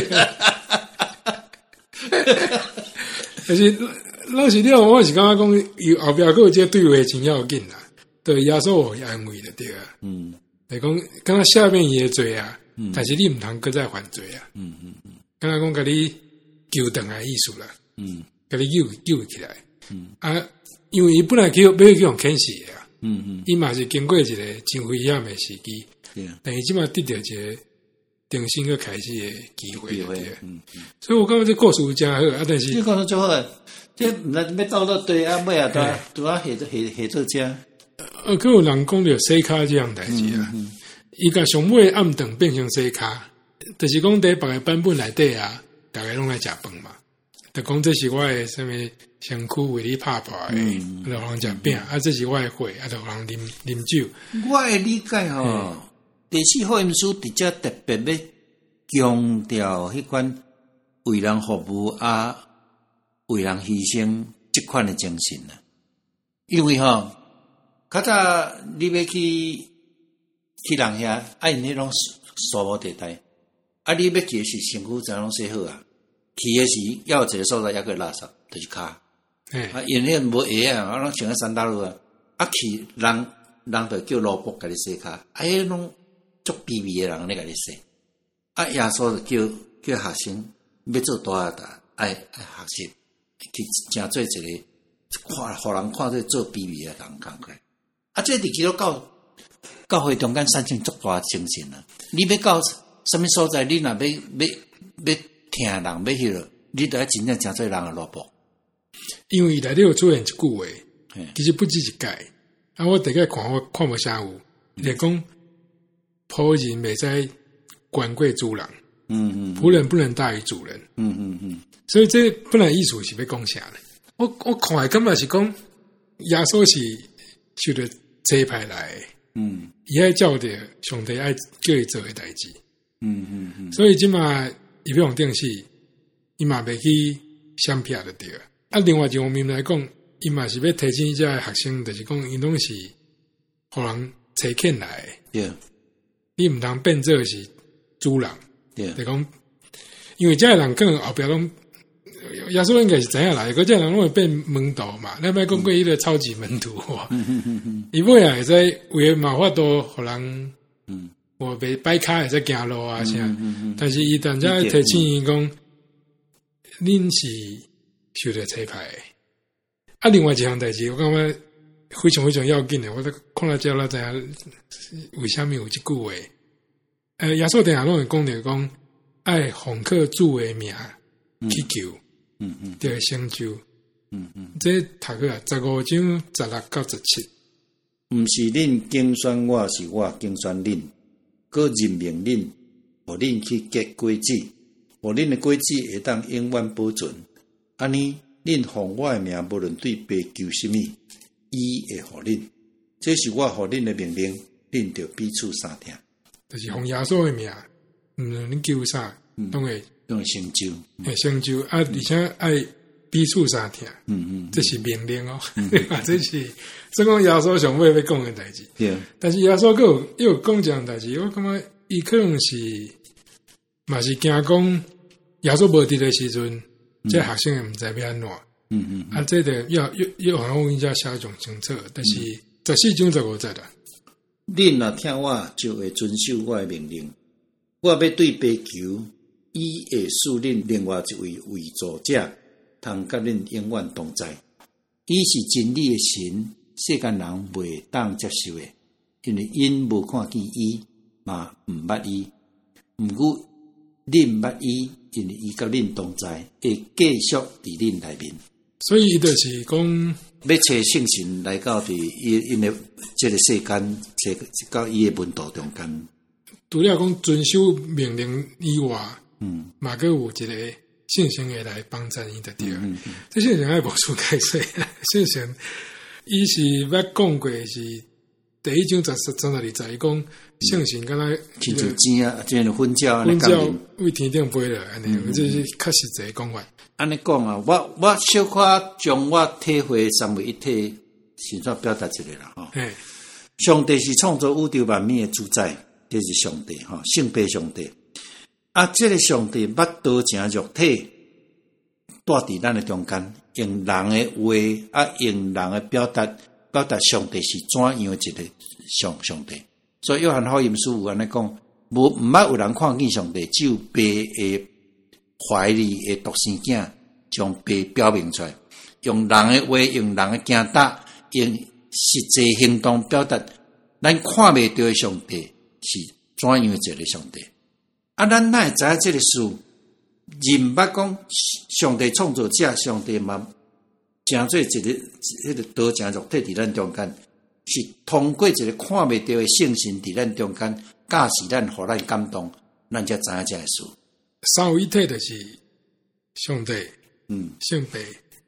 Speaker 1: 但是老实了，我是感觉讲，伊后壁个这对话真要紧啦，对耶稣有安慰的对啊。嗯，就是讲，刚刚下面伊的罪啊，嗯、但是你毋通搁再犯罪啊。嗯嗯嗯，刚刚讲甲你纠正的意思啦。嗯，甲你救救起来。嗯啊。因为伊本来叫要去用牵死的啊，嗯嗯，伊嘛是经过一个真危险的时机，yeah. 但伊即马得到一个重新个开始的机会，对，嗯嗯，所以我感觉这故事真好啊，但是
Speaker 2: 这故事真好啊，这毋知要走到对啊，尾啊都拄啊下做下下做遮，
Speaker 1: 呃，佮有人讲着洗骹这样代志啊，伊甲上尾暗顿变成洗骹，就是讲伫别个版本内底啊，大家拢来食饭嘛，就讲这是我的什么。 身躯为你拍破的，嗯，就互人食饼，啊，这是我的血，啊，就互人啉啉酒。
Speaker 2: 我的理解吼、哦，第四福音书伫遮特别要强调迄款为人服务啊，为人牺牲即款的精神啊。因为吼，较早你要去去人遐，啊，因迄种沙漠地带，啊，你要去是身躯怎拢洗好啊？去诶时要有一个所在，抑个垃圾，就是骹。啊，因迄无鞋啊，啊，拢穿个三大路啊，啊，去人人就叫萝卜甲你洗骹，啊，迄种足卑微诶人咧甲你洗。啊，耶稣就叫叫学生要做大大，爱爱学习，去成做一个。看，互人看做做卑微诶人感觉，啊，这伫基督教教會中間產生足大精神啊！你要到什麼所在，你若要要要聽人，要迄落，你著要真正誠做人誒蘿蔔。
Speaker 1: 因為內底有出現一句話，其實不止一屆。啊，我大概看我看無啥有，就講僕人袂使管過主人，嗯嗯，僕人不能大於主人，嗯嗯嗯。所以這本來意思是要講啥呢？我我看誒感覺是講耶穌是受着差派來的，嗯，伊愛照着上帝愛叫伊做誒代志，嗯嗯嗯，所以即馬伊要用頂死，伊嘛袂去相撇就對。啊，另外一方面來講，伊嘛是要提醒遮誒學生，就是講伊攏是互人差遣來誒，對，你毋通變做是主人，對，就講，因為遮誒人可能後壁攏。耶穌應該是知影來，嗰隻人攏會變門徒嘛。咱莫講過伊個超級門徒哇，伊尾啊會使為嘛法度互人，我袂擺卡會使行路啊啥。但是伊當陣提醒伊講，恁是受着差派的。啊，另外一項代志，我感覺非常非常要緊的。我看到遮啦，知影為蝦米有即句話。誒，耶穌定下攏會講着講，愛奉靠主的名祈求。嗯嗯，就會成就。嗯嗯，這讀個十五章十六到十七。
Speaker 2: 毋是恁競選我，是我競選恁，閣任命恁，互恁去結果子，互恁的果子會當永遠保存。安尼，恁奉我的名，無論對爸求什麼，伊會互恁。這是我互恁的命令，恁着彼此相聽。
Speaker 1: 就是奉耶穌的名，毋論恁求啥，攏會。
Speaker 2: 用成就，
Speaker 1: 誒成就啊！而且愛彼此相聽，嗯嗯，這是命令哦，嗯、這是這講耶穌上尾要講嘅代志。對，但是耶穌佫有又有講一樣代志，我感覺伊可能是嘛是驚講耶穌無佇嘅時陣，即、嗯、學生誒毋知要安怎，嗯嗯，啊，這個要要要好像伊遮寫上清楚，但是十四章十五節啦。
Speaker 2: 恁若聽我，就會遵守我誒命令，我要對爸求。伊會賜恁另外一位為助者，通甲恁永遠同在。伊是真理的神，世間人袂當接受的，因為因無看見伊，嘛毋捌伊。毋過恁捌伊，因為伊甲恁同在，會繼續佇恁內面。
Speaker 1: 所以伊就是講，
Speaker 2: 要找聖神來到佇伊因的這個世間，找到伊的門徒中間。
Speaker 1: 除了講遵守命令以外。嗯，嘛個有一個聖神會來幫助伊的對，嗯嗯、這聖神愛無處解釋，聖神伊是捌講過是第一章十十十二節，伊講聖神敢若
Speaker 2: 親像錢啊，即係粉膠，
Speaker 1: 粉膠為天頂飛落，安尼、嗯，這是較實際講法。
Speaker 2: 安尼講啊，我我小可將我體會三位一體，先作表達一下啦，吼。上帝是創造宇宙萬物的主宰，這是上帝，吼，聖父上帝。啊！這個上帝捌道成肉體，住佇咱的中間，用人的話啊，用人的表達，表達上帝是怎樣一個上上帝。所以約翰福音書有安尼講，無毋捌有人看見上帝，只有爸的懷裡的獨生囝將爸表明出來，用人的話，用人的行達，用實際行動表達，咱看袂到的上帝是怎樣一個上帝。啊！咱哪會知影這個事？認捌講上帝創造者，上帝嘛，誠做一個迄個道成肉體佇咱中間，是通過一個看袂到的聖神佇咱中間，教示咱，互咱感動，咱才知影這個事。
Speaker 1: 三位一體就是上帝，嗯，聖父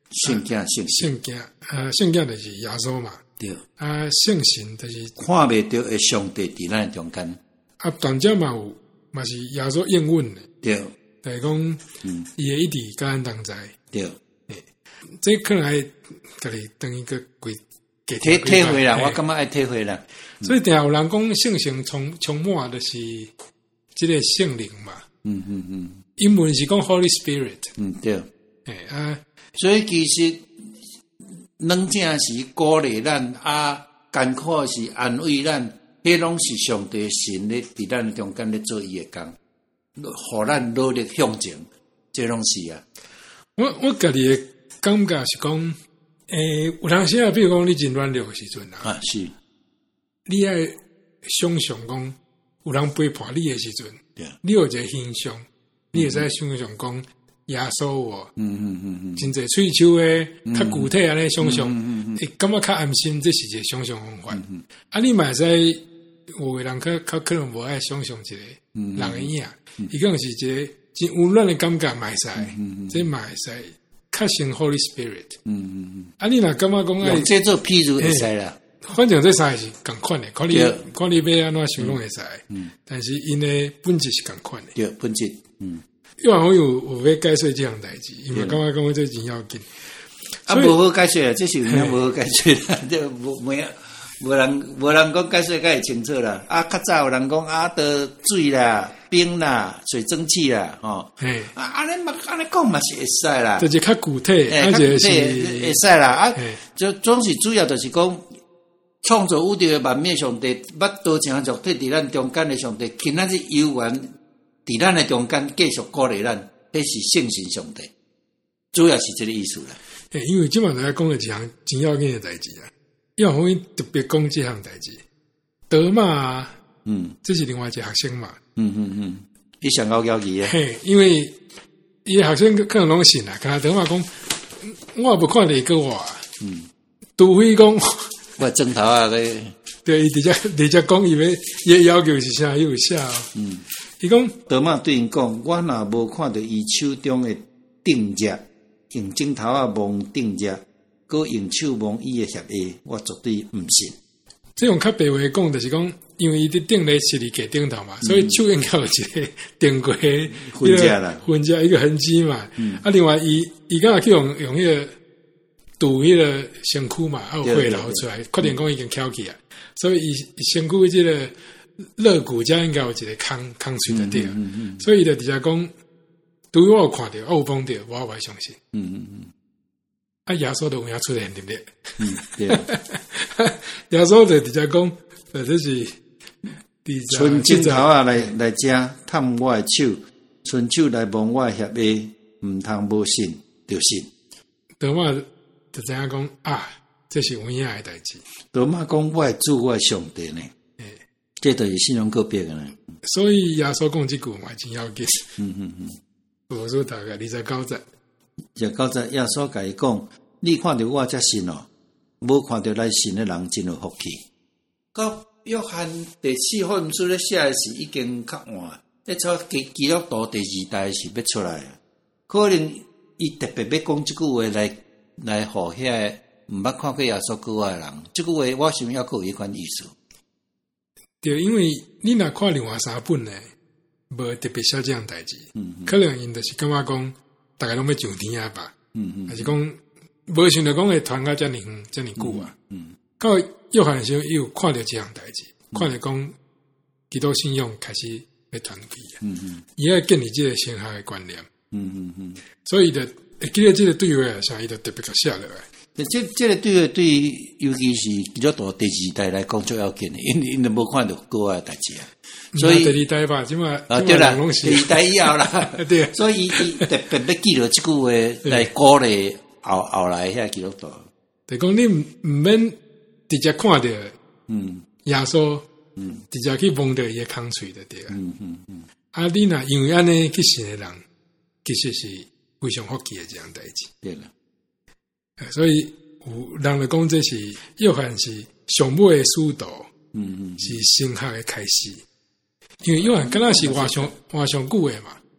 Speaker 2: 圣囝圣
Speaker 1: 圣囝，呃，圣囝就是耶稣嘛。
Speaker 2: 对。
Speaker 1: 啊，圣神就是
Speaker 2: 看袂到的上帝伫咱中间。
Speaker 1: 啊，但这嘛有，嘛是耶稣应允的。
Speaker 2: 对。
Speaker 1: 就是讲，嗯，伊会一直甲咱同在。
Speaker 2: 对。
Speaker 1: 诶，这可能爱家己当一个规。
Speaker 2: 体体会啦，我感觉爱体会啦。
Speaker 1: 所以定有人讲圣神充充满的是这个圣灵嘛。
Speaker 2: 嗯嗯嗯。
Speaker 1: 英文是讲 Holy Spirit。
Speaker 2: 嗯对。
Speaker 1: 诶啊，
Speaker 2: 所以其实软正是鼓励咱，啊艰苦是安慰咱，迄拢是上帝神咧伫咱中间咧做伊诶工，互咱努力向前，这拢是啊。
Speaker 1: 我我家己诶感觉是讲。诶，有当时啊，比如讲你真软弱诶时阵啊，
Speaker 2: 啊是，
Speaker 1: 你爱想象讲有人背叛你诶时阵，你有一个形象，你会使想象讲耶稣我，
Speaker 2: 嗯嗯嗯嗯，
Speaker 1: 真侪喙手诶，较具体安尼想象，会感觉较安心，这是一个想象方法。啊，你嘛使有诶人较较可能无爱想象一个人诶影，伊可能是一个真温暖诶感觉嘛使，这嘛使。较像 Holy Spirit，
Speaker 2: 嗯嗯嗯，
Speaker 1: 啊，你若感觉讲
Speaker 2: 用这做譬如会使啦，
Speaker 1: 反正这三个是共款的，看你看你要安怎想拢会使，嗯，但是因的本质是共款的，
Speaker 2: 对，本质，嗯，
Speaker 1: 因为我有有要解说这样代志，因为感觉讲我这真要紧，
Speaker 2: 啊，无好解说啊，这是有影无好解说啦，这无没啊。无人无人讲解说较会清楚啦，啊，较早有人讲啊，得水啦、冰啦、水蒸气啦，吼，
Speaker 1: 嘿，
Speaker 2: 啊，安尼嘛，安尼讲嘛是会使啦，
Speaker 1: 这就较具体，
Speaker 2: 而且是会使啦，啊，就总是主要就是讲创造宇宙的万灭上帝，捌多情肉体伫咱中间的上帝，今仔日有缘伫咱的中间继续鼓励咱，迄是圣神上帝，主要是这个意思啦。
Speaker 1: 诶，因为即满在讲的一项真要紧的代志啊。要我特别讲这项代志，德玛，嗯，这是另外一个学生嘛，
Speaker 2: 嗯嗯嗯，你上高交期诶，
Speaker 1: 嘿，因为伊学生可能拢信啦，跟他德玛讲，我无看你个我，嗯，除非讲
Speaker 2: 我正头啊个，
Speaker 1: 对，伊直接直接讲伊要伊要求是啥，伊有写，嗯，伊讲
Speaker 2: 德玛对因讲，我若无看到伊手中诶定价，用镜头啊望定价。搁用手摸伊诶协议，我绝对毋信。
Speaker 1: 这种较白话讲，就是讲，因为伊伫顶咧是伫架顶头嘛，嗯、所以手应该有一个定过
Speaker 2: 痕迹啦，
Speaker 1: 痕迹一个痕迹嘛。嗯、啊，另外伊伊敢若去用用迄个堵迄个身躯嘛，啊有血流出来，确定讲已经翘起啊，所以伊身躯即个肋骨遮应该有一个空空喙在底，嗯嗯、所以伊就直接讲，除非我有看到，我有碰到，我我相信。嗯嗯嗯。啊，耶稣都有影出现，对不对？
Speaker 2: 嗯，对。
Speaker 1: 耶稣就直接讲，呃，这是
Speaker 2: 伸镜头啊来来遮探我的手，伸手来摸我的协议，毋通无信就信。
Speaker 1: 德玛就知影讲啊，这是有影的代志。
Speaker 2: 德玛讲我的主，我的上帝呢？诶，这就是信用个别个呢。
Speaker 1: 所以耶稣讲这句话真要紧。
Speaker 2: 嗯嗯嗯。
Speaker 1: 我说大概二十九节。
Speaker 2: 就九节耶稣甲伊讲，你看到我才信哦，无看到来信的人真有福气。到约翰第四福音书咧写的是已经较晚，咧从基基督徒第二代是要出来啊。可能伊特别要讲即句话来来互遐毋捌看过耶稣句话的人，即句话我想要有一款意思。
Speaker 1: 对，因为你若看另外三本呢，无特别写这样代志，嗯嗯，可能因就是感觉讲。大家拢要上天啊吧，嗯嗯，还是讲无想到讲会传到遮尔远、遮尔久啊，嗯，到约翰时候伊有看到这样代志，嗯、看到讲基督信仰开始要传去啊，嗯嗯，伊要建立这个先学的观念，嗯嗯嗯，所以的会记得这个对话啊，啥伊就特别甲写落来。
Speaker 2: 这这个对话对，尤其是基督徒第二代来讲最要紧的，因因都无看到过啊代志啊。所以
Speaker 1: 第二代吧，即嘛
Speaker 2: 啊对啦，第二代以后啦，
Speaker 1: 对，
Speaker 2: 所以伊特别要记住即句话来鼓励后后来遐基督徒。
Speaker 1: 就讲你毋免直接看到，嗯，耶稣，嗯，直接去摸到伊个空喙就对啊，嗯嗯嗯。啊，你若因为安尼去信的人，其实是非常福气的这样代志。
Speaker 2: 对啦，
Speaker 1: 所以有人就讲这是约翰是上尾的使徒，嗯嗯，是神学的开始。因为约翰敢若是活上活上久诶嘛，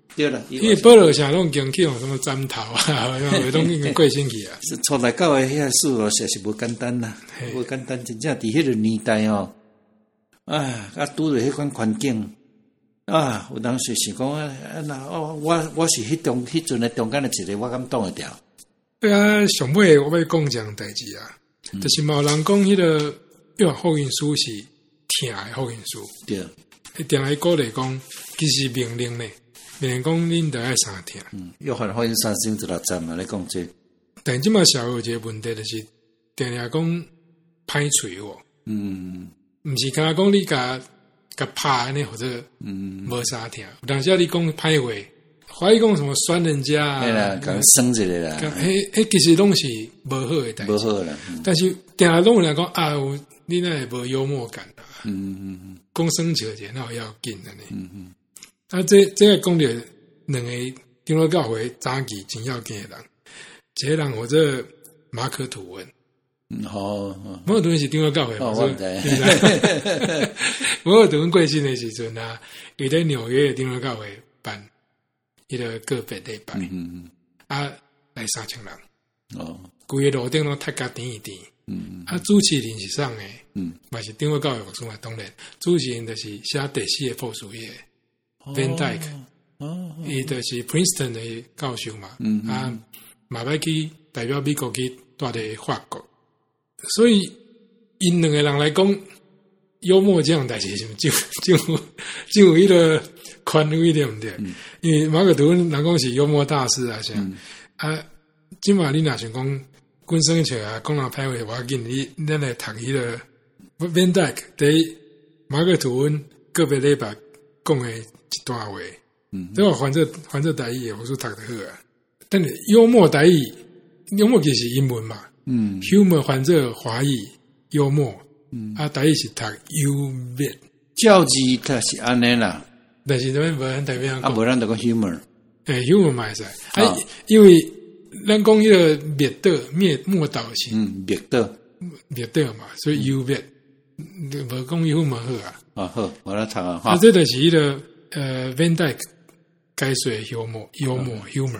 Speaker 2: 对了，
Speaker 1: 因为保罗想拢经去用什么斩头啊，有拢已经过身去啊。
Speaker 2: 是出来教会遐事哦，实是无简单啦，无简单，真正伫迄个年代哦，啊，啊拄着迄款环境啊，有当时是讲啊，那哦，我我是迄中迄阵的中间的一个，我敢挡会掉。
Speaker 1: 对啊，上尾我要讲一样代志啊，嗯、就是嘛有人讲迄个约翰福音书是听的福音书，
Speaker 2: 对，
Speaker 1: 一定来鼓励讲，其实命令呢。免讲恁得爱三听，
Speaker 2: 嗯，约翰福音三章十六节嘛，你讲这。
Speaker 1: 但即马社会有一个问题，就是定定讲歹嘴哦，嗯，毋是敢讲你甲甲拍安尼或者嗯无啥听，有当时你讲歹话，怀疑讲什么酸人家啊，
Speaker 2: 对啦，讲生一个啦，
Speaker 1: 迄迄其实拢是无好诶代志，
Speaker 2: 无好啦。嗯、但
Speaker 1: 是定定拢有人讲啊，有你那无幽默感啊，嗯嗯嗯，讲生笑者那要紧安尼，嗯嗯。啊，这这个讲着两个长老教会早期真要紧的人，一个人或者马可吐温，
Speaker 2: 嗯，好，
Speaker 1: 马可吐温是长老教会，
Speaker 2: 哦，我知，
Speaker 1: 马可吐温过身的时阵啊，伊在纽约的长老教会办迄个个别礼拜，嗯嗯啊，来三千人，哦，规个路顶拢踢甲甜一甜，嗯啊，主持人是啥个？嗯，嘛是长老教会牧师嘛，当然，主持人就是写第四个附属页。Van Dyke， 伊就是 Princeton 的教授嘛，嗯、啊，嘛要去代表美国去住伫法国，所以因两个人来讲，幽默这样代志就就就就有迄个宽慰对毋对？嗯、因为马可吐温人讲是幽默大师啊，啥、嗯、啊，即马你若想讲滚生笑啊，讲人歹话我要紧，你咱来读迄个 Van Dyke 伫马可吐温个别礼拜讲诶。一段话，嗯，这个反正反正台语，我说读得好啊。但是幽默台语，幽默其实英文嘛，嗯 ，humor 反正华语幽默，嗯，啊台语是读 u v，
Speaker 2: 教字它是安尼啦，
Speaker 1: 但是这边无人代表
Speaker 2: 啊，无人就讲 humor，
Speaker 1: 诶 ，humor 嘛是，啊，因为咱讲迄个灭岛灭末岛是，
Speaker 2: 嗯，灭岛
Speaker 1: 灭岛嘛，所以 u v， 无讲 humor 好啊，
Speaker 2: 啊好，我来读啊，
Speaker 1: 啊，这就是迄个。呃 ，Van Dyke 解说幽默，幽默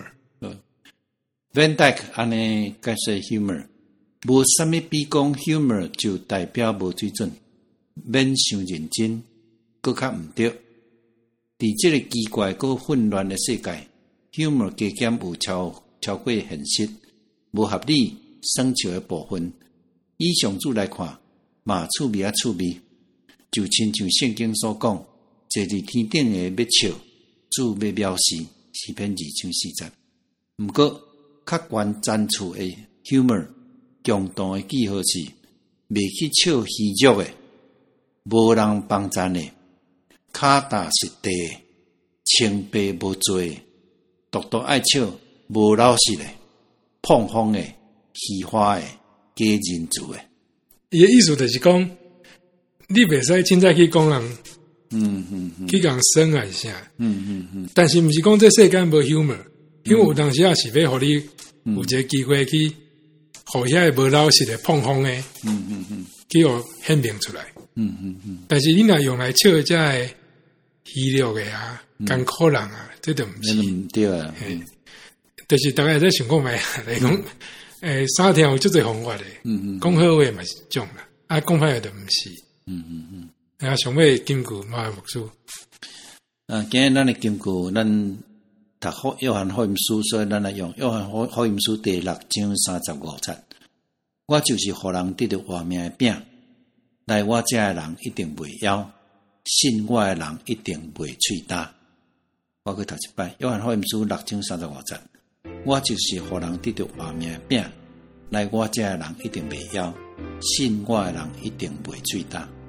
Speaker 1: humor。Van
Speaker 2: Dyke 安尼解说 humor， 无啥物比讲 humor 就代表无水准，免伤认真，搁较毋对。伫即个奇怪搁混乱的世界 ，humor 加减有超超过现实，无合理、生笑的部分。以上主来看，嘛趣味啊趣味，就亲像圣经所讲。坐伫天顶诶，要笑，主要藐视，诗篇二章四节。毋过，较悬赞处诶 humor， 强动诶记号是，袂去笑虚弱诶，无人帮赞诶，脚踏实地，清白无罪，独独爱笑，无老实诶，碰风诶，虚华诶，假人主诶。
Speaker 1: 伊诶意思就是讲，你袂使凊彩去讲人。
Speaker 2: 嗯嗯嗯，
Speaker 1: 去讲生啊啥，
Speaker 2: 嗯嗯嗯，
Speaker 1: 但是毋是讲这世间无 humor， 因为有当时也是要互你有一个机会去，互遐个无老实的碰风诶，
Speaker 2: 嗯嗯嗯，
Speaker 1: 去互显明出来，
Speaker 2: 嗯嗯嗯，
Speaker 1: 但是你若用来笑遮个虚弱诶啊，艰苦人啊，这都毋是，
Speaker 2: 毋对啊，
Speaker 1: 嗯，就是大概在想讲卖来讲，诶，三条有足侪方法诶，嗯嗯，讲好话嘛是种啦，啊，讲歹话就毋是，
Speaker 2: 嗯嗯嗯。
Speaker 1: 啊，上尾金句马牧师。
Speaker 2: 啊，今日咱的金句，咱读好约翰福音书，所以咱来用约翰福音书第六章三十五节。我就是互人得到活命的饼，来我遮的人一定袂枵，信我的人一定袂喙焦。我去读一摆，约翰福音书六章三十五节。我就是互人得到活命的饼，来我遮的人一定袂枵，信我的人一定袂喙焦。